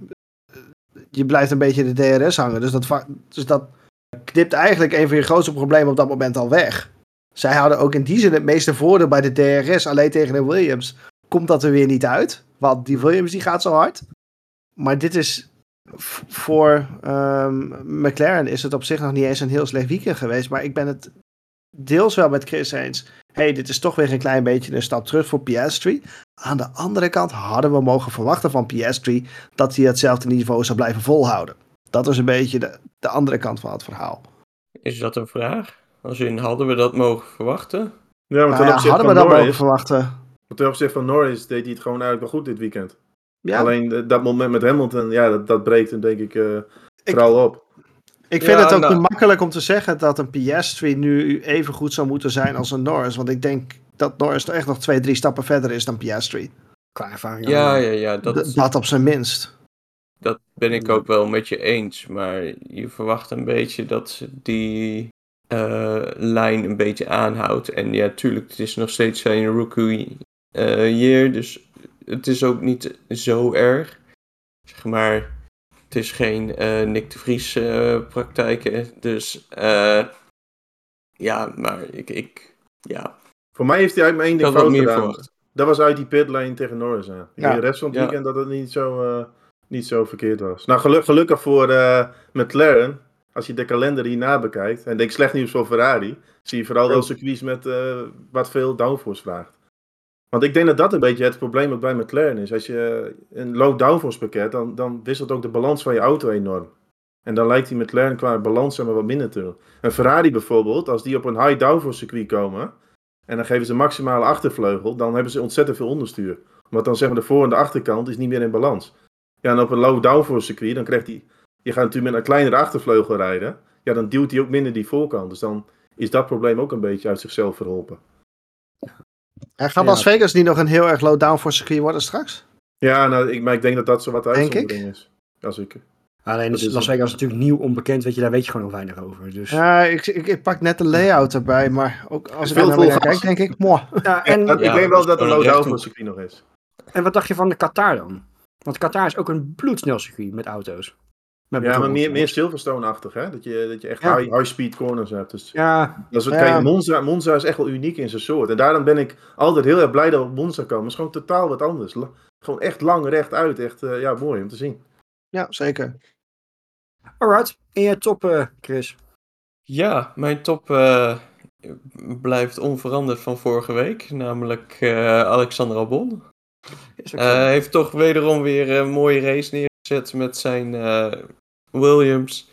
je blijft een beetje in de DRS hangen. Dus dat knipt eigenlijk een van je grootste problemen op dat moment al weg. Zij hadden ook in die zin het meeste voordeel bij de DRS. Alleen tegen de Williams komt dat er weer niet uit. Want die Williams die gaat zo hard. Maar dit is voor McLaren is het op zich nog niet eens een heel slecht weekend geweest. Maar ik ben het deels wel met Chris eens. Dit is toch weer een klein beetje een stap terug voor Piastri. Aan de andere kant hadden we mogen verwachten van Piastri dat hij hetzelfde niveau zou blijven volhouden. Dat is een beetje de andere kant van het verhaal. is dat een vraag? Als in, hadden we dat mogen verwachten? Ja, maar ten opzichte Hadden we van dat mogen Norris, verwachten? ten opzichte van Norris deed hij het gewoon eigenlijk wel goed dit weekend. Ja, Alleen dat moment met Hamilton, dat breekt hem denk ik vooral op. ik vind Ja, het ook nou- te makkelijk om te zeggen dat een Piastri nu even goed zou moeten zijn als een Norris. Want ik denk dat Norris toch echt nog 2-3 stappen verder is dan Piastri. Qua ervaring. Ja, Dat op zijn minst. dat ben ik ook wel met je eens. Maar je verwacht een beetje dat ze die lijn een beetje aanhoudt. En ja, tuurlijk, het is nog steeds zijn rookie year. Dus het is ook niet zo erg. Zeg maar, het is geen Nick de Vries praktijken. Dus maar ja, Voor mij heeft hij uit mijn één ik ding had wat fout meer gedaan. verwacht. Dat was uit die pitlane tegen Norris aan. Ja. De rest van het Ja. weekend dat het niet zo verkeerd was. Nou, gelukkig voor McLaren als je de kalender hierna bekijkt, en denk slecht nieuws voor Ferrari, zie je vooral wel circuits met wat veel downforce vraagt. Want ik denk dat dat een beetje het probleem ook bij McLaren is. Als je een low downforce pakket, dan wisselt ook de balans van je auto enorm. En dan lijkt die McLaren qua balans zeg maar wat minder te doen. Een Ferrari bijvoorbeeld, als die op een high downforce circuit komen, en dan geven ze maximale achtervleugel, dan hebben ze ontzettend veel onderstuur. Want dan zeg maar de voor- en de achterkant is niet meer in balans. Ja, en op een low downforce circuit, dan krijgt hij, je gaat natuurlijk met een kleinere achtervleugel rijden. Ja, dan duwt hij ook minder die voorkant. Dus dan is dat probleem ook een beetje uit zichzelf verholpen. En gaat Las Vegas niet nog een heel erg low down voor circuit worden straks? Ja, nou, maar ik denk dat dat zo wat de Denk uitzondering is. Als ik... Alleen Dat is Las Vegas is natuurlijk nieuw, onbekend, weet je, daar weet je gewoon nog weinig over. Dus... Ja, ik pak net de layout erbij, maar ook als ik veel er naar vol kijk, denk ik, mooi. Ja, ik denk wel dat een low rechthoek. downforce circuit nog is. En wat dacht je van de Qatar dan? Want Qatar is ook een bloedsnel circuit met auto's. Met Ja, maar motoren. meer Silverstone-achtig, hè? Dat je echt Ja. high-speed corners hebt. Dus Ja, dat is wat, Ja. kijk, Monza is echt wel uniek in zijn soort. En daarom ben ik altijd heel erg blij dat we op Monza komen. Het is gewoon totaal wat anders. Gewoon echt lang rechtuit. Echt mooi om te zien. Ja, zeker. alright. En je top, Chris? Ja, mijn top blijft onveranderd van vorige week. Namelijk Alexander Albon. Is ook Hij heeft toch wederom weer een mooie race neergezet met zijn Williams.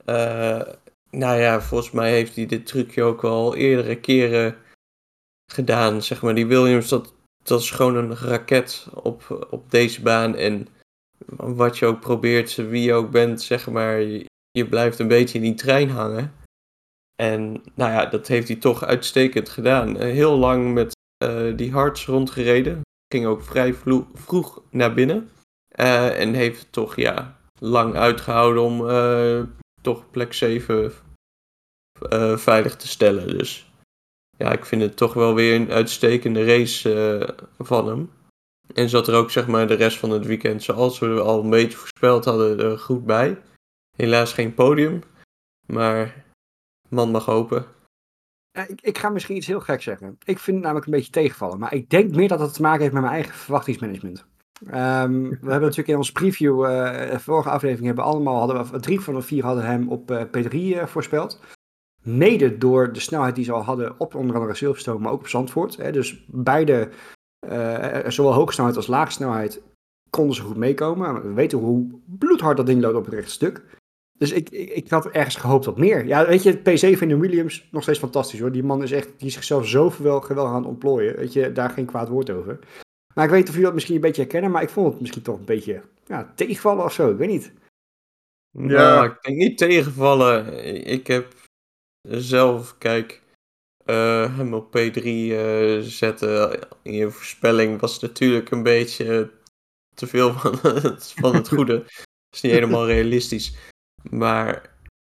Nou ja, volgens mij heeft hij dit trucje ook al eerdere keren gedaan. Zeg maar, die Williams, dat is gewoon een raket op deze baan. En wat je ook probeert, wie je ook bent, zeg maar, je blijft een beetje in die trein hangen. En nou ja, dat heeft hij toch uitstekend gedaan. Heel lang met die hards rondgereden. Ging ook vrij vroeg naar binnen. En heeft het toch lang uitgehouden om toch plek 7 veilig te stellen. Dus ja, ik vind het toch wel weer een uitstekende race van hem. En zat er ook zeg maar de rest van het weekend, zoals we al een beetje voorspeld hadden, er goed bij. Helaas geen podium, maar man mag hopen. Ja, ik ga misschien iets heel gek zeggen. Ik vind het namelijk een beetje tegenvallen. Maar ik denk meer dat het te maken heeft met mijn eigen verwachtingsmanagement. We hebben natuurlijk in onze preview, vorige aflevering, hadden we 3 van de 4 hadden hem op P3 voorspeld. Mede door de snelheid die ze al hadden op onder andere Silverstone, maar ook op Zandvoort. Hè. Dus beide, zowel hoge snelheid als lage snelheid, konden ze goed meekomen. We weten hoe bloedhard dat ding loopt op het rechte stuk. Dus ik had ergens gehoopt op meer. Ja, weet je, P7 in de Williams, nog steeds fantastisch hoor. Die man is echt, die zichzelf zo geweldig aan het ontplooien. Weet je, daar geen kwaad woord over. Maar ik weet niet of jullie dat misschien een beetje herkennen, maar ik vond het misschien toch een beetje tegenvallen of zo. Ik weet niet. Ja. Nou, ik denk niet tegenvallen. Ik heb zelf, hem op P3 zetten in je voorspelling was natuurlijk een beetje te veel van het goede. Dat is niet helemaal realistisch. Maar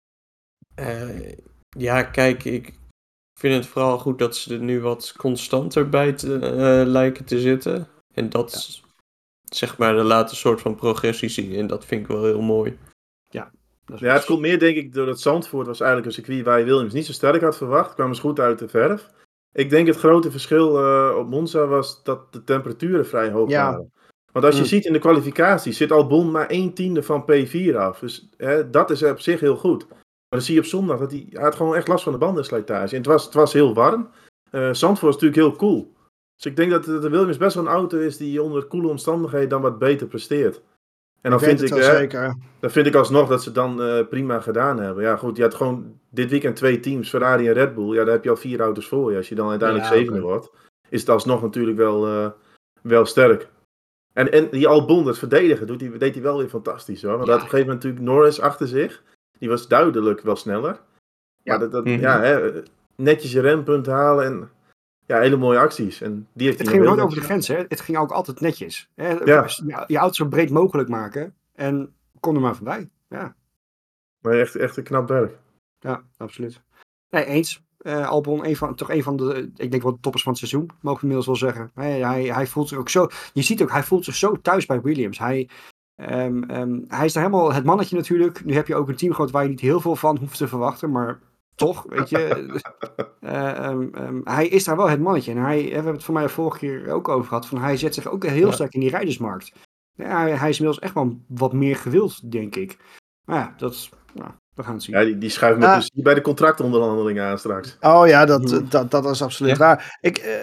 ik vind het vooral goed dat ze er nu wat constanter bij lijken te zitten. En dat zeg maar de later soort van progressie zien. En dat vind ik wel heel mooi. Ja, het komt meer denk ik doordat Zandvoort was eigenlijk een circuit waar je Williams niet zo sterk had verwacht. Kwam eens goed uit de verf. Ik denk het grote verschil op Monza was dat de temperaturen vrij hoog waren. Want als je ziet in de kwalificatie zit Albon maar 1/10 van P4 af. Dus dat is op zich heel goed. Maar dan zie je op zondag dat hij had gewoon echt last van de bandenslijtage. En het was heel warm. Zandvoort is natuurlijk heel koel. Dus ik denk dat de Williams best wel een auto is die onder koele omstandigheden dan wat beter presteert. En dan vind ik alsnog dat ze dan prima gedaan hebben. Ja goed, je had gewoon dit weekend 2 teams, Ferrari en Red Bull. Ja, daar heb je al 4 auto's voor je. Als je dan uiteindelijk 7e wordt, is het alsnog natuurlijk wel sterk. En die Albon, dat verdedigen, deed hij wel weer fantastisch hoor. Want hij had op een gegeven moment natuurlijk Norris achter zich. Die was duidelijk wel sneller. Ja. Maar netjes je rempunt halen en hele mooie acties. En die heeft Het hij ging nog nooit heel over de grens, hè? Het ging ook altijd netjes. Hè? Ja. Je auto zo breed mogelijk maken en kon er maar voorbij. Ja, Maar echt een knap werk. ja, absoluut. Nee, eens. Albon, een van de, ik denk wel de toppers van het seizoen, mogen we inmiddels wel zeggen. Hij voelt zich ook zo, je ziet ook, hij voelt zich zo thuis bij Williams. Hij is daar helemaal het mannetje natuurlijk. Nu heb je ook een teamgenoot waar je niet heel veel van hoeft te verwachten, maar toch, weet je. Hij is daar wel het mannetje. En we hebben het voor mij de vorige keer ook over gehad, van hij zet zich ook heel sterk in die rijdersmarkt. Ja, hij is inmiddels echt wel wat meer gewild, denk ik. Maar ja, dat We gaan het zien. Ja, die schuift met plezier bij de contractonderhandelingen aan straks. Oh ja, dat is absoluut waar.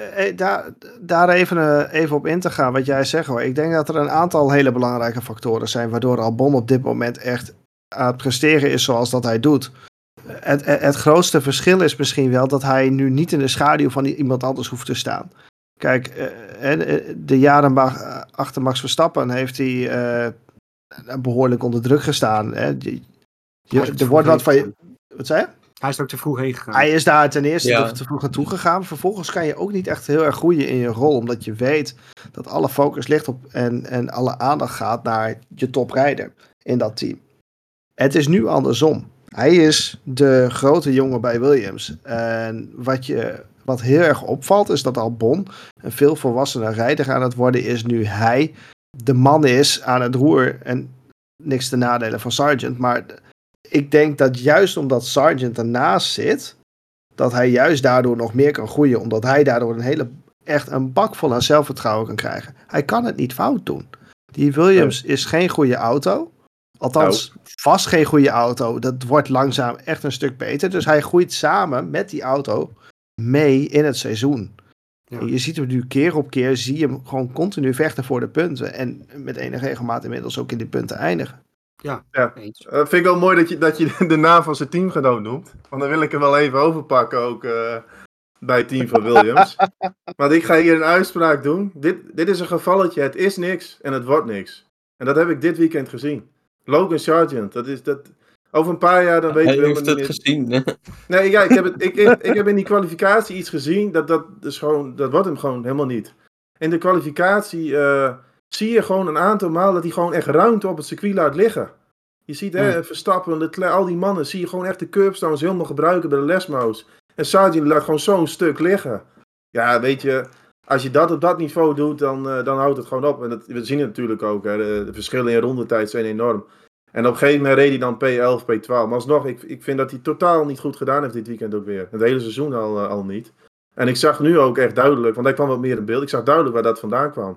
Daar even op in te gaan wat jij zegt hoor. Ik denk dat er een aantal hele belangrijke factoren zijn waardoor Albon op dit moment echt aan het presteren is zoals dat hij doet. Het grootste verschil is misschien wel dat hij nu niet in de schaduw van iemand anders hoeft te staan. Kijk, de jaren achter Max Verstappen heeft hij behoorlijk onder druk gestaan. Hè. Er wordt wat van je... Wat zei je? Hij is er ook te vroeg heen gegaan. Hij is daar ten eerste Ja. te vroeg naartoe gegaan. Vervolgens kan je ook niet echt heel erg groeien in je rol. Omdat je weet dat alle focus ligt op en alle aandacht gaat naar je toprijder in dat team. Het is nu andersom. Hij is de grote jongen bij Williams. En wat heel erg opvalt is dat Albon een veel volwassener rijder aan het worden is nu hij de man is aan het roer. En niks te nadelen van Sargent, maar ik denk dat juist omdat Sargent ernaast zit, dat hij juist daardoor nog meer kan groeien. Omdat hij daardoor echt een bak vol aan zelfvertrouwen kan krijgen. Hij kan het niet fout doen. Die Williams is geen goede auto. Althans, vast geen goede auto. Dat wordt langzaam echt een stuk beter. Dus hij groeit samen met die auto mee in het seizoen. Ja. En je ziet hem nu keer op keer, zie je hem gewoon continu vechten voor de punten. En met enige regelmaat inmiddels ook in die punten eindigen. Ja. Eens. Vind ik wel mooi dat je de naam van zijn teamgenoot noemt. Want dan wil ik hem wel even overpakken ook bij het team van Williams. Want ik ga hier een uitspraak doen. Dit is een gevalletje. Het is niks en het wordt niks. En dat heb ik dit weekend gezien. Logan Sargent. Over een paar jaar dan weten we Hij heeft helemaal het niet gezien. Hè? Nee, ja, ik heb in die kwalificatie iets gezien. Dat wordt hem gewoon helemaal niet. In de kwalificatie zie je gewoon een aantal maal dat hij gewoon echt ruimte op het circuit laat liggen. Je ziet Verstappen, Leclerc, al die mannen, zie je gewoon echt de curbstones helemaal gebruiken bij de lesmo's. En Sargent laat gewoon zo'n stuk liggen. Ja, weet je, als je dat op dat niveau doet, dan houdt het gewoon op. En we zien het natuurlijk ook, hè, de verschillen in rondetijd zijn enorm. En op een gegeven moment reed hij dan P11, P12. Maar alsnog, ik vind dat hij totaal niet goed gedaan heeft dit weekend ook weer. Het hele seizoen al niet. En ik zag nu ook echt duidelijk, want hij kwam wat meer in beeld. Ik zag duidelijk waar dat vandaan kwam.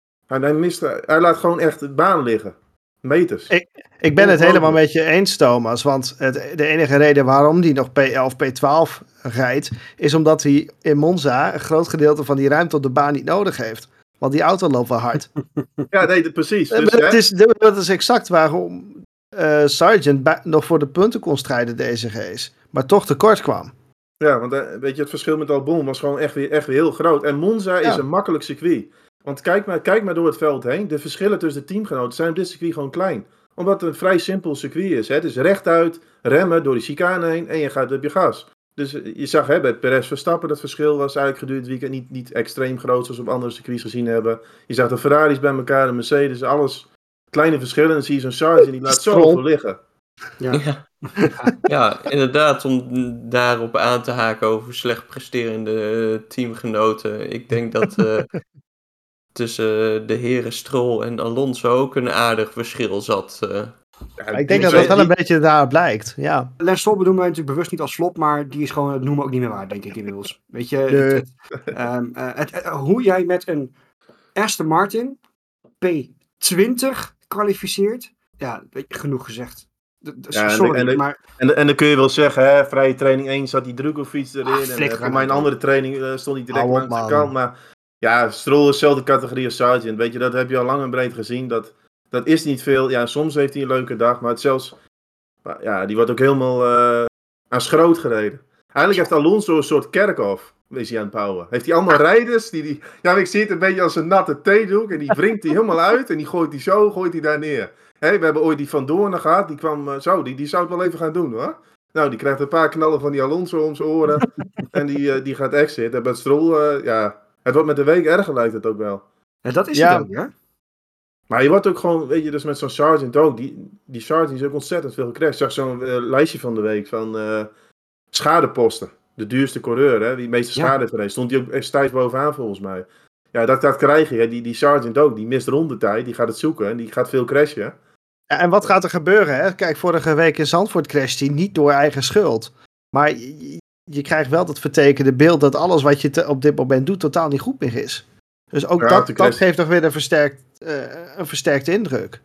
Hij laat gewoon echt de baan liggen. Meters. Ik ben het helemaal met je eens, Thomas. Want de enige reden waarom hij nog P11, P12 rijdt, is omdat hij in Monza een groot gedeelte van die ruimte op de baan niet nodig heeft. Want die auto loopt wel hard. Ja, nee, precies. Dus, dat is exact waarom Sargent nog voor de punten kon strijden deze race. Maar toch tekort kwam. Ja, want weet je, het verschil met Albon was gewoon echt weer heel groot. En Monza is een makkelijk circuit. Want kijk maar door het veld heen. De verschillen tussen de teamgenoten zijn op dit circuit gewoon klein. Omdat het een vrij simpel circuit is. Hè? Het is rechtuit, remmen door die chicane heen en je gaat op je gas. Dus je zag bij Perez Verstappen, dat verschil was eigenlijk gedurende het weekend niet extreem groot zoals we op andere circuits gezien hebben. Je zag de Ferraris bij elkaar, de Mercedes, alles. Kleine verschillen. En dan zie je zo'n Sargent die laat zoveel liggen. Ja, inderdaad, om daarop aan te haken over slecht presterende teamgenoten. Ik denk dat tussen de heren Stroll en Alonso ook een aardig verschil zat. Ik denk dat wel een beetje daar blijkt. Ja. Lance Stroll bedoelen wij natuurlijk bewust niet als flop, maar die is gewoon het noemen ook niet meer waard, denk ik inmiddels. Weet je, hoe jij met een Aston Martin P20 kwalificeert, ja, weet je, genoeg gezegd. En dan kun je wel zeggen, hè, vrije training 1 zat die Drugovic erin. En voor mijn andere training stond hij direct langs de kant. Maar ja, Stroll is dezelfde categorie als Sargent. Weet je, dat heb je al lang en breed gezien. Dat is niet veel. Ja, soms heeft hij een leuke dag, maar die wordt ook helemaal aan schroot gereden. Eigenlijk heeft Alonso een soort kerkhof, is hij aan het bouwen. Heeft hij allemaal rijders ja, ik zie het een beetje als een natte theedoek en die wringt hij helemaal uit en die gooit hij daar neer. We hebben ooit die Van Doorn gehad, die kwam die zou het wel even gaan doen hoor. Nou, die krijgt een paar knallen van die Alonso om zijn oren en die gaat exit. En bij Stroll, het wordt met de week erger lijkt het ook wel. Ja, dat is het ook, hè? Maar je wordt ook gewoon, weet je, dus met zo'n Sargent ook. Die Sargent is ook ontzettend veel gecrashed. Ik zag zo'n lijstje van de week van schadeposten. De duurste coureur, hè, die het meeste schade heeft gereden. Stond hij ook echt stijf bovenaan volgens mij. Ja, dat krijg je. Hè. Die Sargent ook, die mist rondetijd. Die gaat het zoeken en die gaat veel crashen. Ja, en wat gaat er gebeuren? Hè? Kijk, vorige week in Zandvoort crashte hij niet door eigen schuld. Maar je krijgt wel dat vertekende beeld dat alles wat je op dit moment doet totaal niet goed meer is. Dus ook dat geeft toch weer een versterkte indruk.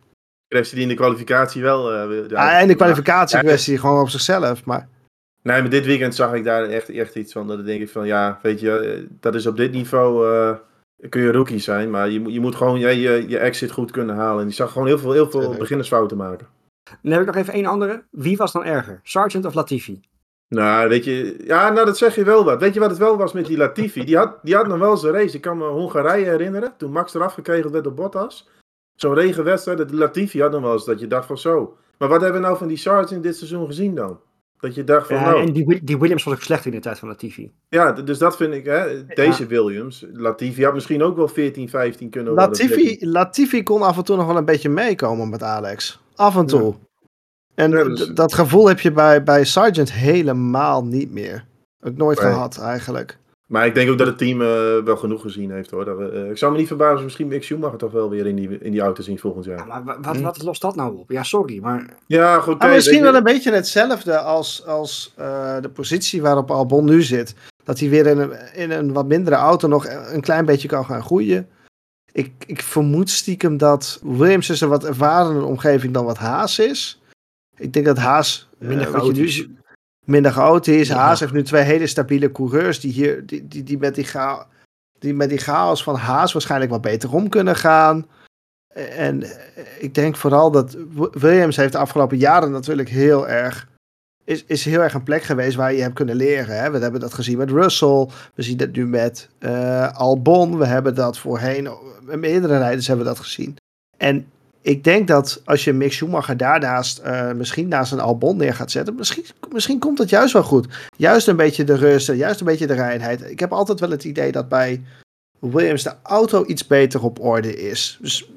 crashte die in de kwalificatie wel. En de kwalificatiekwestie gewoon op zichzelf. Maar Nee, maar dit weekend zag ik daar echt iets van. Dat ik denk van, ja, weet je, dat is op dit niveau... kun je rookie zijn, maar je moet gewoon je exit goed kunnen halen. En die zag gewoon heel veel beginnersfouten maken. Dan heb ik nog even één andere. Wie was dan erger? Sargent of Latifi? Nou, weet je... Ja, nou, dat zeg je wel wat. Weet je wat het wel was met die Latifi? Die had nog wel zijn race. Ik kan me Hongarije herinneren, toen Max eraf gekegeld werd door Bottas. Zo'n regenwedstrijd, dat Latifi had nog wel eens dat je dacht van zo. Maar wat hebben we nou van die Sargent dit seizoen gezien dan? Dat je dacht van, En die Williams was ook slecht in de tijd van Latifi. Ja, dus dat vind ik, hè. Deze Williams, Latifi had misschien ook wel 14, 15 kunnen worden. Latifi kon af en toe nog wel een beetje meekomen met Alex. Af en toe. Ja. En Ja, dus- dat gevoel heb je bij Sargent helemaal niet meer. Ook nooit gehad, eigenlijk. Maar ik denk ook dat het team wel genoeg gezien heeft, hoor. Ik zou me niet verbazen, misschien Mick Schumacher toch wel weer in die auto zien volgend jaar. Ja, maar wat lost dat nou op? Ja, sorry, maar... Ja, goed. Maar misschien wel een beetje hetzelfde als de positie waarop Albon nu zit. Dat hij weer in een wat mindere auto nog een klein beetje kan gaan groeien. Ik vermoed stiekem dat Williams is een wat ervarende omgeving dan wat Haas is. Ik denk dat Haas Minder chaotisch. Minder chaotisch. Ja. Haas heeft nu 2 hele stabiele coureurs die met die chaos van Haas waarschijnlijk wat beter om kunnen gaan. En ik denk vooral dat Williams heeft de afgelopen jaren natuurlijk heel erg een plek geweest waar je hebt kunnen leren. Hè? We hebben dat gezien met Russell. We zien dat nu met Albon. We hebben dat voorheen. Met meerdere rijders hebben we dat gezien. En ik denk dat als je Mick Schumacher daarnaast misschien naast een Albon neer gaat zetten, misschien komt het juist wel goed. Juist een beetje de rust, juist een beetje de reinheid. Ik heb altijd wel het idee dat bij Williams de auto iets beter op orde is. Dus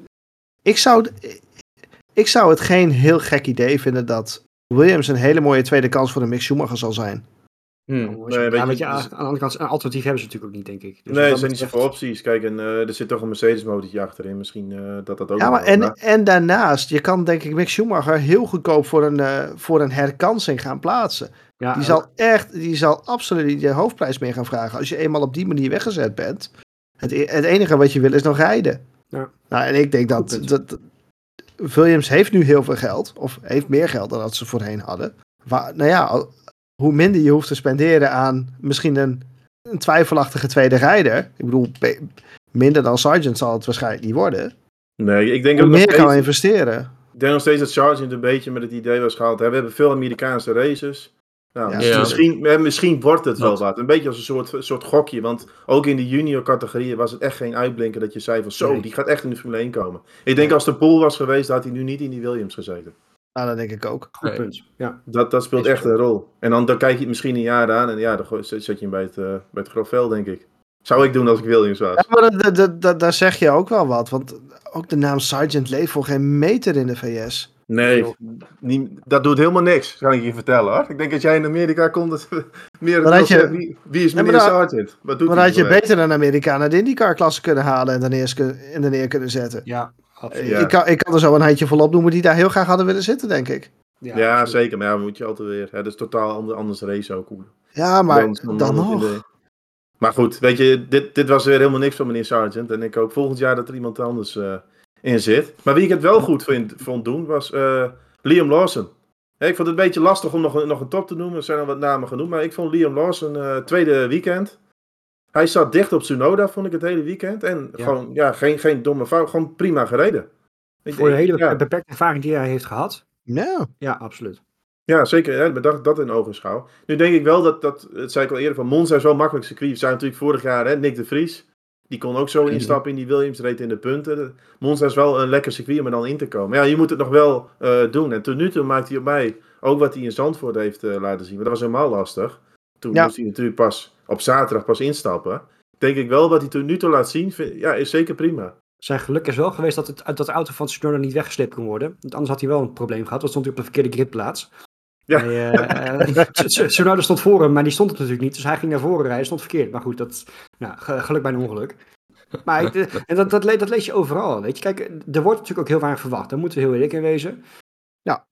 ik zou het geen heel gek idee vinden dat Williams een hele mooie tweede kans voor de Mick Schumacher zal zijn. Aan de andere kant, een alternatief hebben ze natuurlijk ook niet, denk ik. Dus nee, er zijn niet zoveel opties. Kijk, en er zit toch een Mercedes-motortje achterin. Misschien dat ook... Ja, maar en daarnaast, je kan denk ik Mick Schumacher heel goedkoop voor een herkansing gaan plaatsen. Ja, die zal absoluut niet de hoofdprijs meer gaan vragen. Als je eenmaal op die manier weggezet bent. Het enige wat je wil is nog rijden. Ja. Nou, en ik denk dat Williams heeft nu heel veel geld. Of heeft meer geld dan dat ze voorheen hadden. Nou ja, hoe minder je hoeft te spenderen aan misschien een twijfelachtige tweede rijder. Ik bedoel, minder dan Sargent zal het waarschijnlijk niet worden. Nee, ik denk ook meer kan investeren. Ik denk nog steeds dat Sargent een beetje met het idee was gehaald. We hebben veel Amerikaanse races. Nou, misschien wordt het wel wat. Een beetje als een soort gokje. Want ook in de junior categorieën was het echt geen uitblinker dat je zei van zo, die gaat echt in de Formule 1 komen. Ik denk als de Pool was geweest, had hij nu niet in die Williams gezeten. Nou, dat denk ik ook. Goed punt. Ja. Dat speelt echt een rol. En dan kijk je het misschien een jaar aan en ja, dan zet je hem bij het grof veld, denk ik. Zou ik doen als ik Williams was. Ja, maar daar zeg je ook wel wat. Want ook de naam Sargent leeft voor geen meter in de VS. Nee, dat doet helemaal niks, kan ik je vertellen, hoor. Ik denk dat jij in Amerika komt, meer wie is meneer Sargent? Wat doet maar had je beter een Amerikaan naar de IndyCar-klasse kunnen halen en neer kunnen zetten. Ja, absoluut. Ik kan er zo een handje vol opnoemen die daar heel graag hadden willen zitten, denk ik. Ja zeker. Maar moet je altijd weer. Dat is totaal anders race ook. Ja, maar dan nog. Maar goed, weet je, dit was weer helemaal niks van meneer Sargent. En ik hoop volgend jaar dat er iemand anders in zit. Maar wie ik het wel goed vond doen, was Liam Lawson. Ik vond het een beetje lastig om nog een top te noemen. Er zijn al wat namen genoemd. Maar ik vond Liam Lawson tweede weekend. Hij zat dicht op Tsunoda, vond ik het hele weekend. En gewoon, geen domme fout. Gewoon prima gereden. Voor de hele beperkte ervaring die hij heeft gehad. Ja, absoluut. Ja, zeker. Met dat in ogenschouw. Nu denk ik wel dat zei ik al eerder, van Monza is wel makkelijk circuit. We zijn natuurlijk vorig jaar, Nick de Vries. Die kon ook zo instappen in die Williams, reed in de punten. Monza is wel een lekker circuit om er dan in te komen. Ja, je moet het nog wel doen. En tot nu toe maakt hij op mij ook wat hij in Zandvoort heeft laten zien. Maar dat was helemaal lastig. Toen moest hij natuurlijk pas op zaterdag instappen. Denk ik wel wat hij tot nu toe laat zien, is zeker prima. Zijn geluk is wel geweest dat de auto van Tsunoda niet weggesleept kon worden. Want anders had hij wel een probleem gehad. Want stond hij op de verkeerde gridplaats. Ja. Tsunoda stond voor hem, maar die stond het natuurlijk niet. Dus hij ging naar voren rijden, stond verkeerd. Maar goed, geluk bij een ongeluk. Maar dat lees je overal. Weet je. Kijk, er wordt natuurlijk ook heel weinig verwacht. Daar moeten we heel eerlijk in wezen. Ja.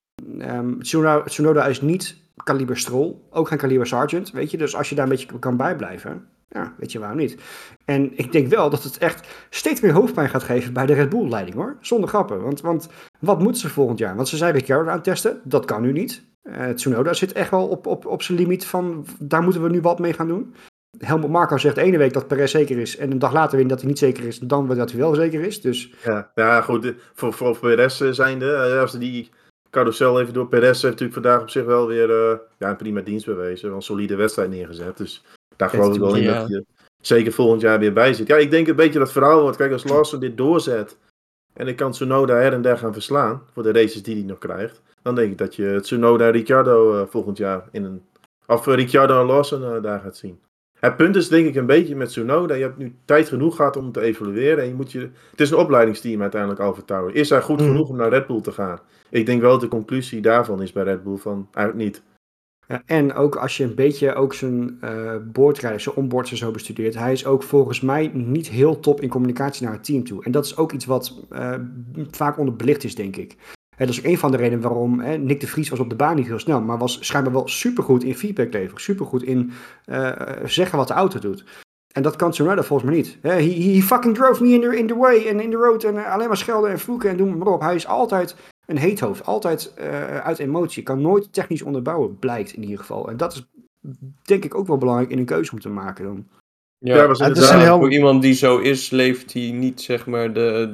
Tsunoda is niet kaliber Stroll. Ook geen kaliber Sargent. Weet je. Dus als je daar een beetje kan bijblijven. Ja, weet je waarom niet. En ik denk wel dat het echt steeds meer hoofdpijn gaat geven bij de Red Bull-leiding, hoor. Zonder grappen. Want wat moeten ze volgend jaar? Want ze zijn Ricciardo aan het testen. Dat kan nu niet. Tsunoda zit echt wel op zijn limiet van, daar moeten we nu wat mee gaan doen. Helmut Marko zegt de ene week dat Perez zeker is. En een dag later weer dat hij niet zeker is. Dan weer dat hij wel zeker is. Dus Ja, goed. Voor Perez zijnde, als die carousel even door Perez heeft natuurlijk vandaag op zich wel weer een prima dienst bewezen. Wel een solide wedstrijd neergezet. Dus daar geloof ik wel in dat je zeker volgend jaar weer bij zit. Ja, ik denk een beetje dat verhaal, want kijk, als Lawson dit doorzet en ik kan Tsunoda her en der gaan verslaan voor de races die hij nog krijgt, dan denk ik dat je Tsunoda en Ricciardo volgend jaar Ricciardo en Lawson daar gaat zien. Het punt is denk ik een beetje met Tsunoda, je hebt nu tijd genoeg gehad om te evalueren en het is een opleidingsteam uiteindelijk, AlphaTauri. Is hij goed genoeg om naar Red Bull te gaan? Ik denk wel dat de conclusie daarvan is bij Red Bull van eigenlijk niet. Ja, en ook als je een beetje ook zijn boordrijders, zijn onboards en zo bestudeert, hij is ook volgens mij niet heel top in communicatie naar het team toe. En dat is ook iets wat vaak onderbelicht is, denk ik. Dat is ook een van de redenen waarom Nick de Vries was op de baan niet heel snel, maar was schijnbaar wel supergoed in feedback leveren, supergoed in zeggen wat de auto doet. En dat kan Tsunoda volgens mij niet. He fucking drove me in the way en in the road en alleen maar schelden en vloeken en doen maar op. Hij is altijd een heethoofd, altijd uit emotie. Kan nooit technisch onderbouwen, blijkt in ieder geval. En dat is denk ik ook wel belangrijk in een keuze om te maken dan. Ja, het is een heel... voor iemand die zo is, levert hij niet zeg maar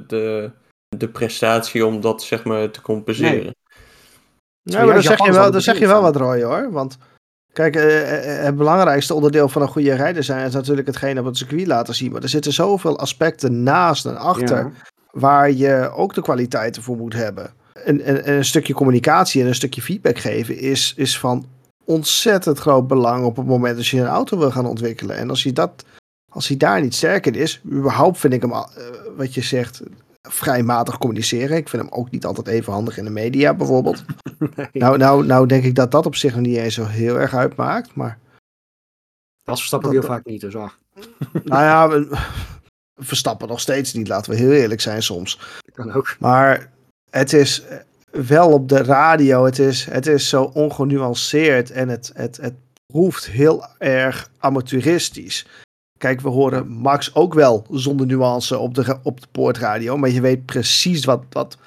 de prestatie om dat zeg maar te compenseren. Nee. Ja, maar dan zeg je wel wat, Roy, hoor. Want kijk, het belangrijkste onderdeel van een goede rijder zijn is natuurlijk hetgeen op het circuit laten zien. Maar er zitten zoveel aspecten naast en achter waar je ook de kwaliteiten voor moet hebben. En een stukje communicatie en een stukje feedback geven is van ontzettend groot belang op het moment dat je een auto wil gaan ontwikkelen. En als hij daar niet sterk in is, überhaupt vind ik hem, wat je zegt, vrij matig communiceren. Ik vind hem ook niet altijd even handig in de media, bijvoorbeeld. Nee. Nou denk ik dat op zich nog niet eens zo heel erg uitmaakt, maar... Dat Verstappen heel vaak niet, dus ach. Nou ja, we Verstappen nog steeds niet, laten we heel eerlijk zijn soms. Dat kan ook. Maar het is wel op de radio, het is zo ongenuanceerd en het proeft heel erg amateuristisch. Kijk, we horen Max ook wel zonder nuance op de poortradio, maar je weet precies wat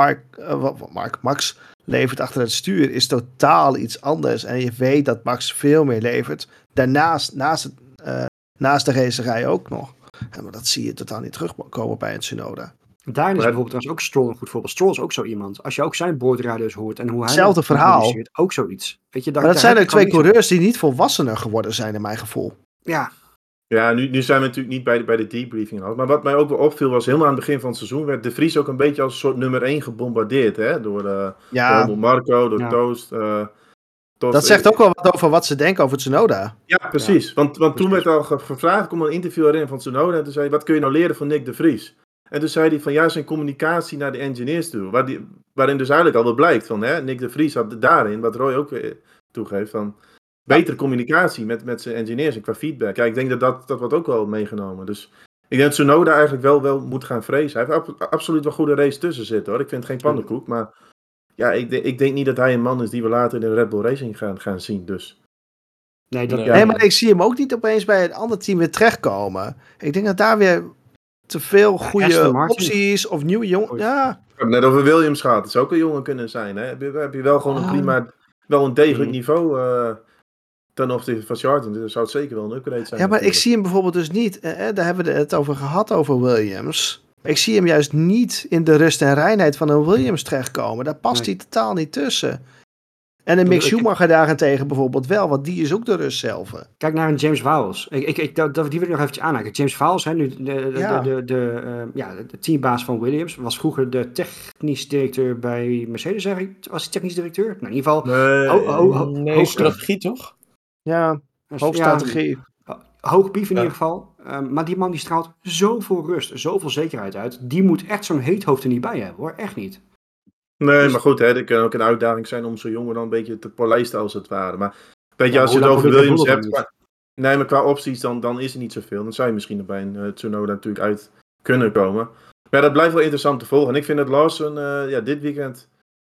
Max levert achter het stuur is totaal iets anders. En je weet dat Max veel meer levert. Daarnaast, naast de racerij ook nog. Ja, maar dat zie je totaal niet terugkomen bij een Tsunoda. Daarin is bijvoorbeeld trouwens ook Stroll een goed voorbeeld. Stroll is ook zo iemand. Als je ook zijn boordradio's hoort en hoe hij... Hetzelfde verhaal. Ook zoiets. Weet je, maar dat zijn ook twee coureurs die niet volwassener geworden zijn in mijn gevoel. Ja. Ja, nu zijn we natuurlijk niet bij de debriefing gehad. Maar wat mij ook wel opviel was, helemaal aan het begin van het seizoen werd De Vries ook een beetje als een soort nummer 1 gebombardeerd. Hè? Door Marco, door Toast. Dat zegt ook wel wat over wat ze denken over Tsunoda. Ja, precies. Ja. Want toen werd al gevraagd, kom een interview erin van Tsunoda. En toen zei hij, wat kun je nou leren van Nick De Vries? En toen zei hij van zijn communicatie naar de engineers toe. Waarin dus eigenlijk al wel blijkt van Nick De Vries had daarin, wat Roy ook toegeeft, van betere communicatie met zijn engineers en qua feedback. Ja, ik denk dat wordt ook wel meegenomen. Dus ik denk dat Tsunoda eigenlijk wel moet gaan vrezen. Hij heeft absoluut wel goede race tussen zitten, hoor. Ik vind het geen pannenkoek, maar ja, ik denk niet dat hij een man is die we later in de Red Bull Racing gaan zien, dus. Nee, maar ik zie hem ook niet opeens bij een ander team weer terechtkomen. Ik denk dat daar weer te veel goede opties of nieuwe jongen. Ja. Net over Williams gaat. Het zou ook een jongen kunnen zijn. Hè? Heb je wel gewoon een prima, wel een degelijk niveau ten opzichte van Sargent. Dus zou het zeker wel een upgrade zijn. Ja, maar ik zie hem bijvoorbeeld dus niet. Daar hebben we het over gehad over Williams. Ik zie hem juist niet in de rust en reinheid van een Williams terechtkomen. Daar past hij totaal niet tussen. En een Mick Schumacher daarentegen bijvoorbeeld wel, want die is ook de rust zelf. Kijk naar een James Vowles. Die wil ik nog eventjes aanhaken. James Vowles, nu de teambaas van Williams, was vroeger de technisch directeur bij Mercedes, zeg ik. Was hij technisch directeur? Nou, in ieder geval... Nee, strategie toch? Ja, hoofdstrategie. Hoog pief in ieder geval. Maar die man die straalt zoveel rust, zoveel zekerheid uit. Die moet echt zo'n heethoofd er niet bij hebben, hoor. Echt niet. Nee, maar goed, dat kan ook een uitdaging zijn om zo'n jongen dan een beetje te polijsten als het ware. Maar weet je, als je het over Williams hebt, maar qua opties, dan is er niet zoveel. Dan zou je misschien er bij een Tsunoda natuurlijk uit kunnen komen. Maar dat blijft wel interessant te volgen. En ik vind dat Lawson dit weekend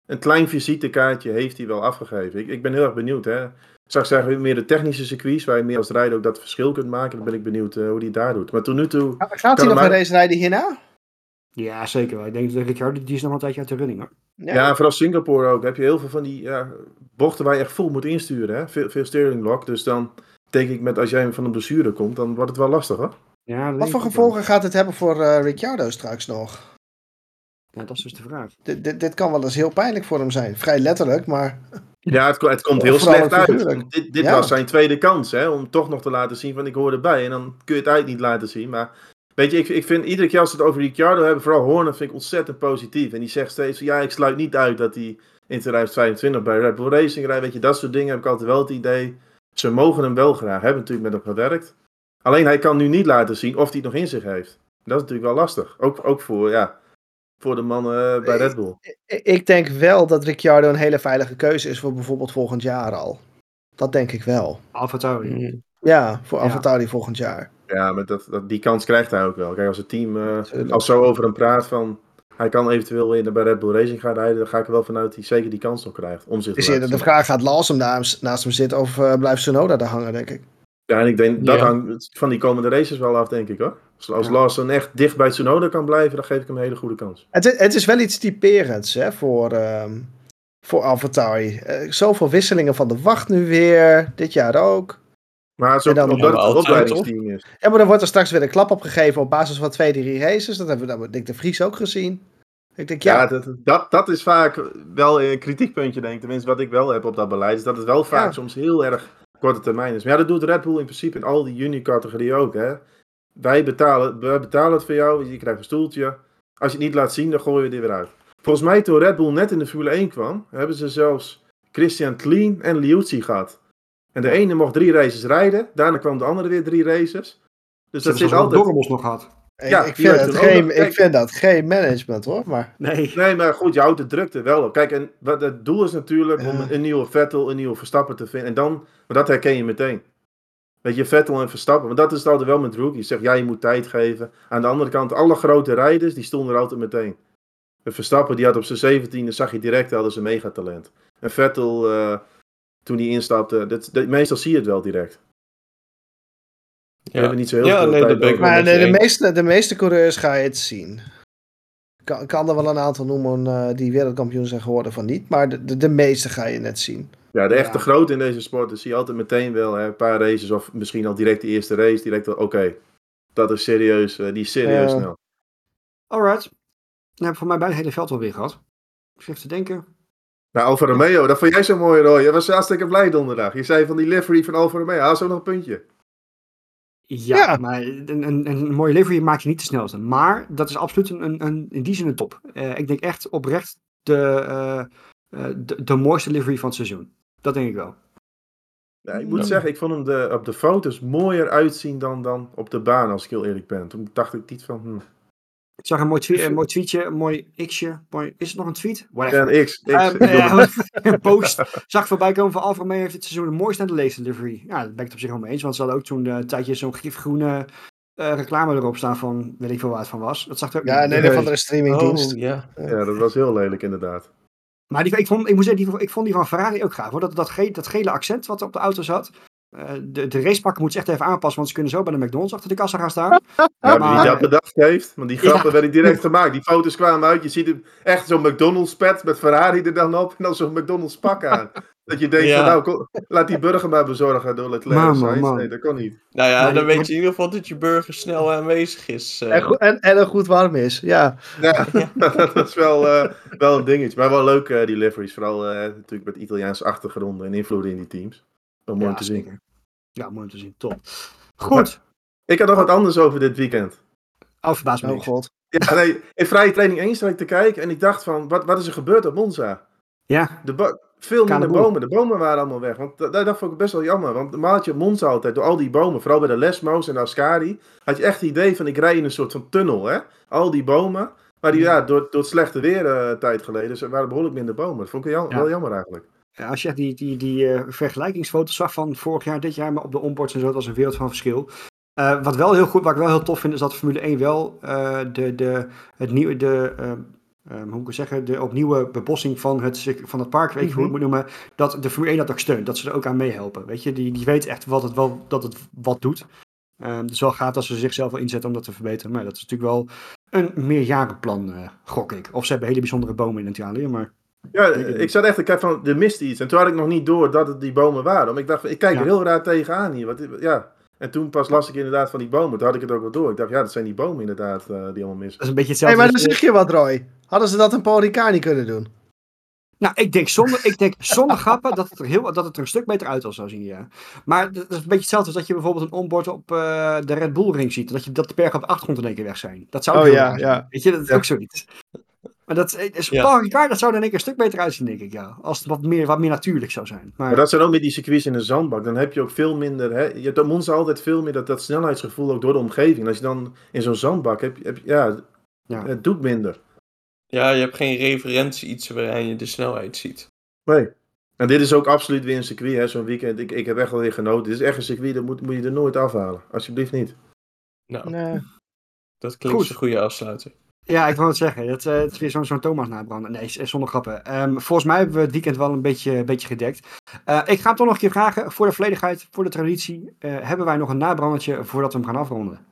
een klein visitekaartje heeft hij wel afgegeven. Ik ben heel erg benieuwd. Hè. Straks zeggen meer de technische circuits, waar je meer als rijder ook dat verschil kunt maken. Dan ben ik benieuwd hoe hij het daar doet. Maar tot nu toe... Gaat hij nog een race rijden hierna? Ja, zeker wel. Ik denk dat Ricciardo, die is nog een tijdje uit de running, hoor. Ja, vooral Singapore ook. Heb je heel veel van die bochten waar je echt vol moet insturen. Hè? Veel steering lock. Dus dan denk ik, als jij van een blessure komt, dan wordt het wel lastig, hoor. Ja, Wat voor gevolgen gaat het hebben voor Ricciardo straks nog? Ja, dat is dus de vraag. Dit kan wel eens heel pijnlijk voor hem zijn. Vrij letterlijk, maar... Ja, het komt heel Vooral slecht uit. figuurlijk. Dit was zijn tweede kans, hè, om toch nog te laten zien van ik hoor erbij. En dan kun je het eigenlijk niet laten zien. Maar weet je, ik vind iedere keer als we het over Ricciardo hebben, vooral Horner, vind ik ontzettend positief. En die zegt steeds, ja, ik sluit niet uit dat hij in 2025 bij Red Bull Racing rijdt. Weet je, dat soort dingen heb ik altijd wel het idee. Ze mogen hem wel graag, hebben natuurlijk met hem gewerkt. Alleen hij kan nu niet laten zien of hij het nog in zich heeft. Dat is natuurlijk wel lastig. Ook voor de mannen bij Red Bull. Ik denk wel dat Ricciardo een hele veilige keuze is voor bijvoorbeeld volgend jaar al. Dat denk ik wel. AlphaTauri. Ja, voor Ja. AlphaTauri volgend jaar. Ja, maar die kans krijgt hij ook wel. Kijk, als het team Tuurlijk. als zo over hem praat van hij kan eventueel weer bij Red Bull Racing gaan rijden, dan ga ik er wel vanuit dat hij zeker die kans nog krijgt om zich te Dus laten eerder de zien. vraag, gaat Lawson naast hem zitten of blijft Tsunoda daar hangen, denk ik. Ja, en ik denk dat Ja. hangt van die komende races wel af, denk ik, hoor. Als Ja. Lawson echt dicht bij Tsunoda kan blijven, dan geef ik hem een hele goede kans. Het is wel iets typerends hè, voor AlphaTauri. Zoveel wisselingen van de wacht nu weer. Dit jaar ook. Maar het is ook En dan- omdat Ja, het maar een altijd, opleidingsteam is. Ja, maar dan wordt er straks weer een klap opgegeven op basis van 2-3 races. Dat hebben we denk ik de Vries ook gezien. Ik denk, Dat is vaak wel een kritiekpuntje, denk ik. Tenminste, wat ik wel heb op dat beleid. Is dat het wel vaak Ja. soms heel erg korte termijn is. Maar ja, dat doet Red Bull in principe in al die junior-categorieën ook. Hè. Wij betalen het voor jou. Je krijgt een stoeltje. Als je het niet laat zien, dan gooien we het er weer uit. Volgens mij, toen Red Bull net in de Formule 1 kwam, hebben ze zelfs Christian Klein en Liuzzi gehad. En de ene mocht 3 races rijden. Daarna kwam de andere weer 3 races. Dus dat zit altijd... Dorremos nog gehad. Ja, ik die vind, had het toen ook geen, nog- kijk. ik vind dat geen management hoor. Maar Nee. Nee, maar goed, je houdt de drukte wel op. Kijk, en het doel is natuurlijk om een nieuwe Vettel, een nieuwe Verstappen te vinden. En dan, maar dat herken je meteen. Weet je, Vettel en Verstappen. Want dat is het altijd wel met rookies. Zeg, ja, je moet tijd geven. Aan de andere kant, alle grote rijders, die stonden er altijd meteen. En Verstappen, die had op zijn 17e, zag je direct, hadden ze een megatalent. En Vettel, toen hij instapte, meestal zie je het wel direct. We hebben niet zo heel veel tijd dat ben ik over. wel Maar met je eens. de meeste coureurs ga je het zien. Ik kan er wel een aantal noemen die wereldkampioen zijn geworden van niet. Maar de meeste ga je net zien. Ja, de echte Ja. grote in deze sport, zie je altijd meteen wel. Hè, een paar races of misschien al direct de eerste race. Direct wel, oké, dat is serieus, die is serieus Ja. snel. Alright. Dan heb ik voor mij bijna het hele veld alweer gehad. Ik zit even te denken. Nou, Alfa Romeo, dat vond jij zo mooi, Roy. Je was hartstikke blij donderdag. Je zei van die livery van Alfa Romeo, haal zo nog een puntje. Ja, Ja. maar een mooie livery maak je niet de snelste. Maar dat is absoluut in die zin een top. Ik denk echt oprecht de mooiste livery van het seizoen. Dat denk ik wel. Ja, ik moet Ja. zeggen, ik vond hem op de foto's mooier uitzien dan op de baan, als ik heel eerlijk ben. Toen dacht ik niet van, Ik zag een mooi tweetje, een mooi x'je. Is het nog een tweet? Ja, Whatever. een X. Ik bedoel, Een post zag voorbij komen van Alfa Romeo heeft dit seizoen de mooiste en de leefste livery. Ja, daar ben ik het op zich wel mee eens. Want ze hadden ook toen tijdje zo'n gifgroene reclame erop staan van, weet ik veel waar het van was. Dat zag er ook Ja, niet. een of andere streamingdienst. Oh, ja. ja, dat was heel lelijk inderdaad. Maar ik moet zeggen, ik vond die van Ferrari ook gaaf. Hoor. Dat gele accent wat op de auto zat. De racepakken moeten ze echt even aanpassen, want ze kunnen zo bij de McDonald's achter de kassa gaan staan. Ja, maar- wie dat bedacht heeft, want die grappen Ja. werden direct gemaakt. Die foto's kwamen uit, je ziet hem echt zo'n McDonald's pet met Ferrari er dan op en dan zo'n McDonald's pak aan. Dat je denkt Ja. van nou, laat die burger maar bezorgen door Leclerc of Man, Sainz. man. Nee, dat kon niet. Nou ja, Maar dan die- weet je in ieder geval dat je burger snel aanwezig is. En een goed warm is. Ja. Ja, dat is wel een dingetje. Maar wel leuk, die liveries. Vooral natuurlijk met Italiaanse achtergronden en invloeden in die teams. Wel mooi om te zien. zeker. Ja, mooi om te zien. Top. Goed. Ik had nog wat anders over dit weekend. Verbaas me Oh niks. god. Ja, nee, in vrije training 1 zat ik te kijken en ik dacht van, wat is er gebeurd op Monza? Ja, Veel Kale minder boel. bomen. De bomen waren allemaal weg. Want dat vond ik best wel jammer. Want normaal had je op Monza altijd, door al die bomen, vooral bij de Lesmo's en de Ascari, had je echt het idee van, ik rij in een soort van tunnel, hè. Al die bomen. Maar die, door het slechte weer een tijd geleden, er waren behoorlijk minder bomen. Dat vond ik wel jammer eigenlijk. als je echt die vergelijkingsfoto's zag van vorig jaar, dit jaar, maar op de onboards en zo, dat was een wereld van verschil. Wat ik wel heel tof vind, is dat Formule 1 wel hoe moet ik het zeggen, de opnieuwe bebossing van het park, weet je hoe je het moet noemen, dat de Formule 1 dat ook steunt, dat ze er ook aan meehelpen. Weet je, die weet echt dat het wat doet. Dus wel gaat als ze zichzelf wel inzetten om dat te verbeteren. Maar dat is natuurlijk wel een meerjarenplan, gok ik. Of ze hebben hele bijzondere bomen in Italië, maar... Ja, ik zat echt te kijken van, er mist iets. En toen had ik nog niet door dat het die bomen waren. Maar ik dacht, ik kijk er heel raar tegenaan hier. Ja. En toen pas las ik inderdaad van die bomen. Toen had ik het ook wel door. Ik dacht, ja, dat zijn die bomen inderdaad die allemaal missen. Dat is een beetje hetzelfde. Maar dan zeg je wat, Roy. Hadden ze dat in Paul Ricard niet kunnen doen? Nou, ik denk zonder grappen dat het er een stuk beter uit zou zien, ja. Maar dat is een beetje hetzelfde als dat je bijvoorbeeld een onboard op de Red Bull Ring ziet. Dat de bergen op de achtergrond in één keer weg zijn. Dat zou ook heel raar zijn. Weet je, dat is ook zoiets. Maar Paul Ricard, dat zou er in één keer een stuk beter uitzien, denk ik, ja. Als het wat meer natuurlijk zou zijn. Maar dat zijn ook met die circuits in een zandbak. Dan heb je ook veel minder... Hè, je hebt op Monza altijd veel meer dat snelheidsgevoel ook door de omgeving. En als je dan in zo'n zandbak hebt, het doet minder. Ja, je hebt geen referentie iets waarin je de snelheid ziet. Nee. En dit is ook absoluut weer een circuit, hè, zo'n weekend. Ik heb echt wel weer genoten. Dit is echt een circuit, dat moet je er nooit afhalen. Alsjeblieft niet. Nou, Nee. dat klinkt als een goede afsluiter. Ja, ik wou het zeggen. Het is weer zo'n Thomas nabranden. Nee, zonder grappen. Volgens mij hebben we het weekend wel een beetje gedekt. Ik ga hem toch nog een keer vragen, voor de volledigheid, voor de traditie. Hebben wij nog een nabrandetje voordat we hem gaan afronden?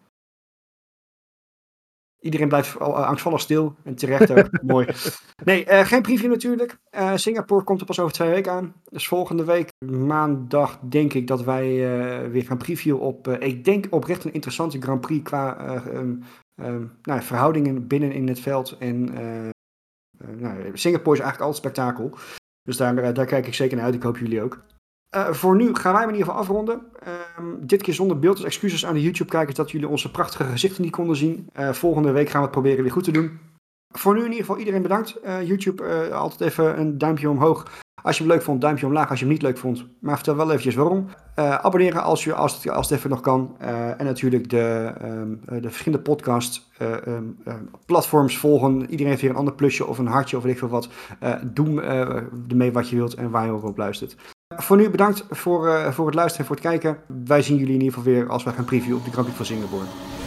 Iedereen blijft angstvallig stil. En terecht ook. Mooi. Nee, geen preview natuurlijk. Singapore komt er pas over 2 weken aan. Dus volgende week, maandag, denk ik dat wij weer gaan previewen op... ik denk oprecht een interessante Grand Prix qua... verhoudingen binnen in het veld. En Singapore is eigenlijk altijd spektakel. Dus daar kijk ik zeker naar uit. Ik hoop jullie ook. Voor nu gaan wij hem in ieder geval afronden. Dit keer zonder beeld. Dus excuses aan de YouTube-kijkers dat jullie onze prachtige gezichten niet konden zien. Volgende week gaan we het proberen weer goed te doen. Voor nu in ieder geval iedereen bedankt. YouTube, altijd even een duimpje omhoog. Als je hem leuk vond, duimpje omlaag als je hem niet leuk vond. Maar vertel wel eventjes waarom. Abonneren als het even nog kan. En natuurlijk de verschillende podcast platforms volgen. Iedereen heeft weer een ander plusje of een hartje of weet ik veel wat. Doe ermee wat je wilt en waar je ook op luistert. Voor nu bedankt voor het luisteren en voor het kijken. Wij zien jullie in ieder geval weer als wij gaan previewen op de Grand Prix van Singapore.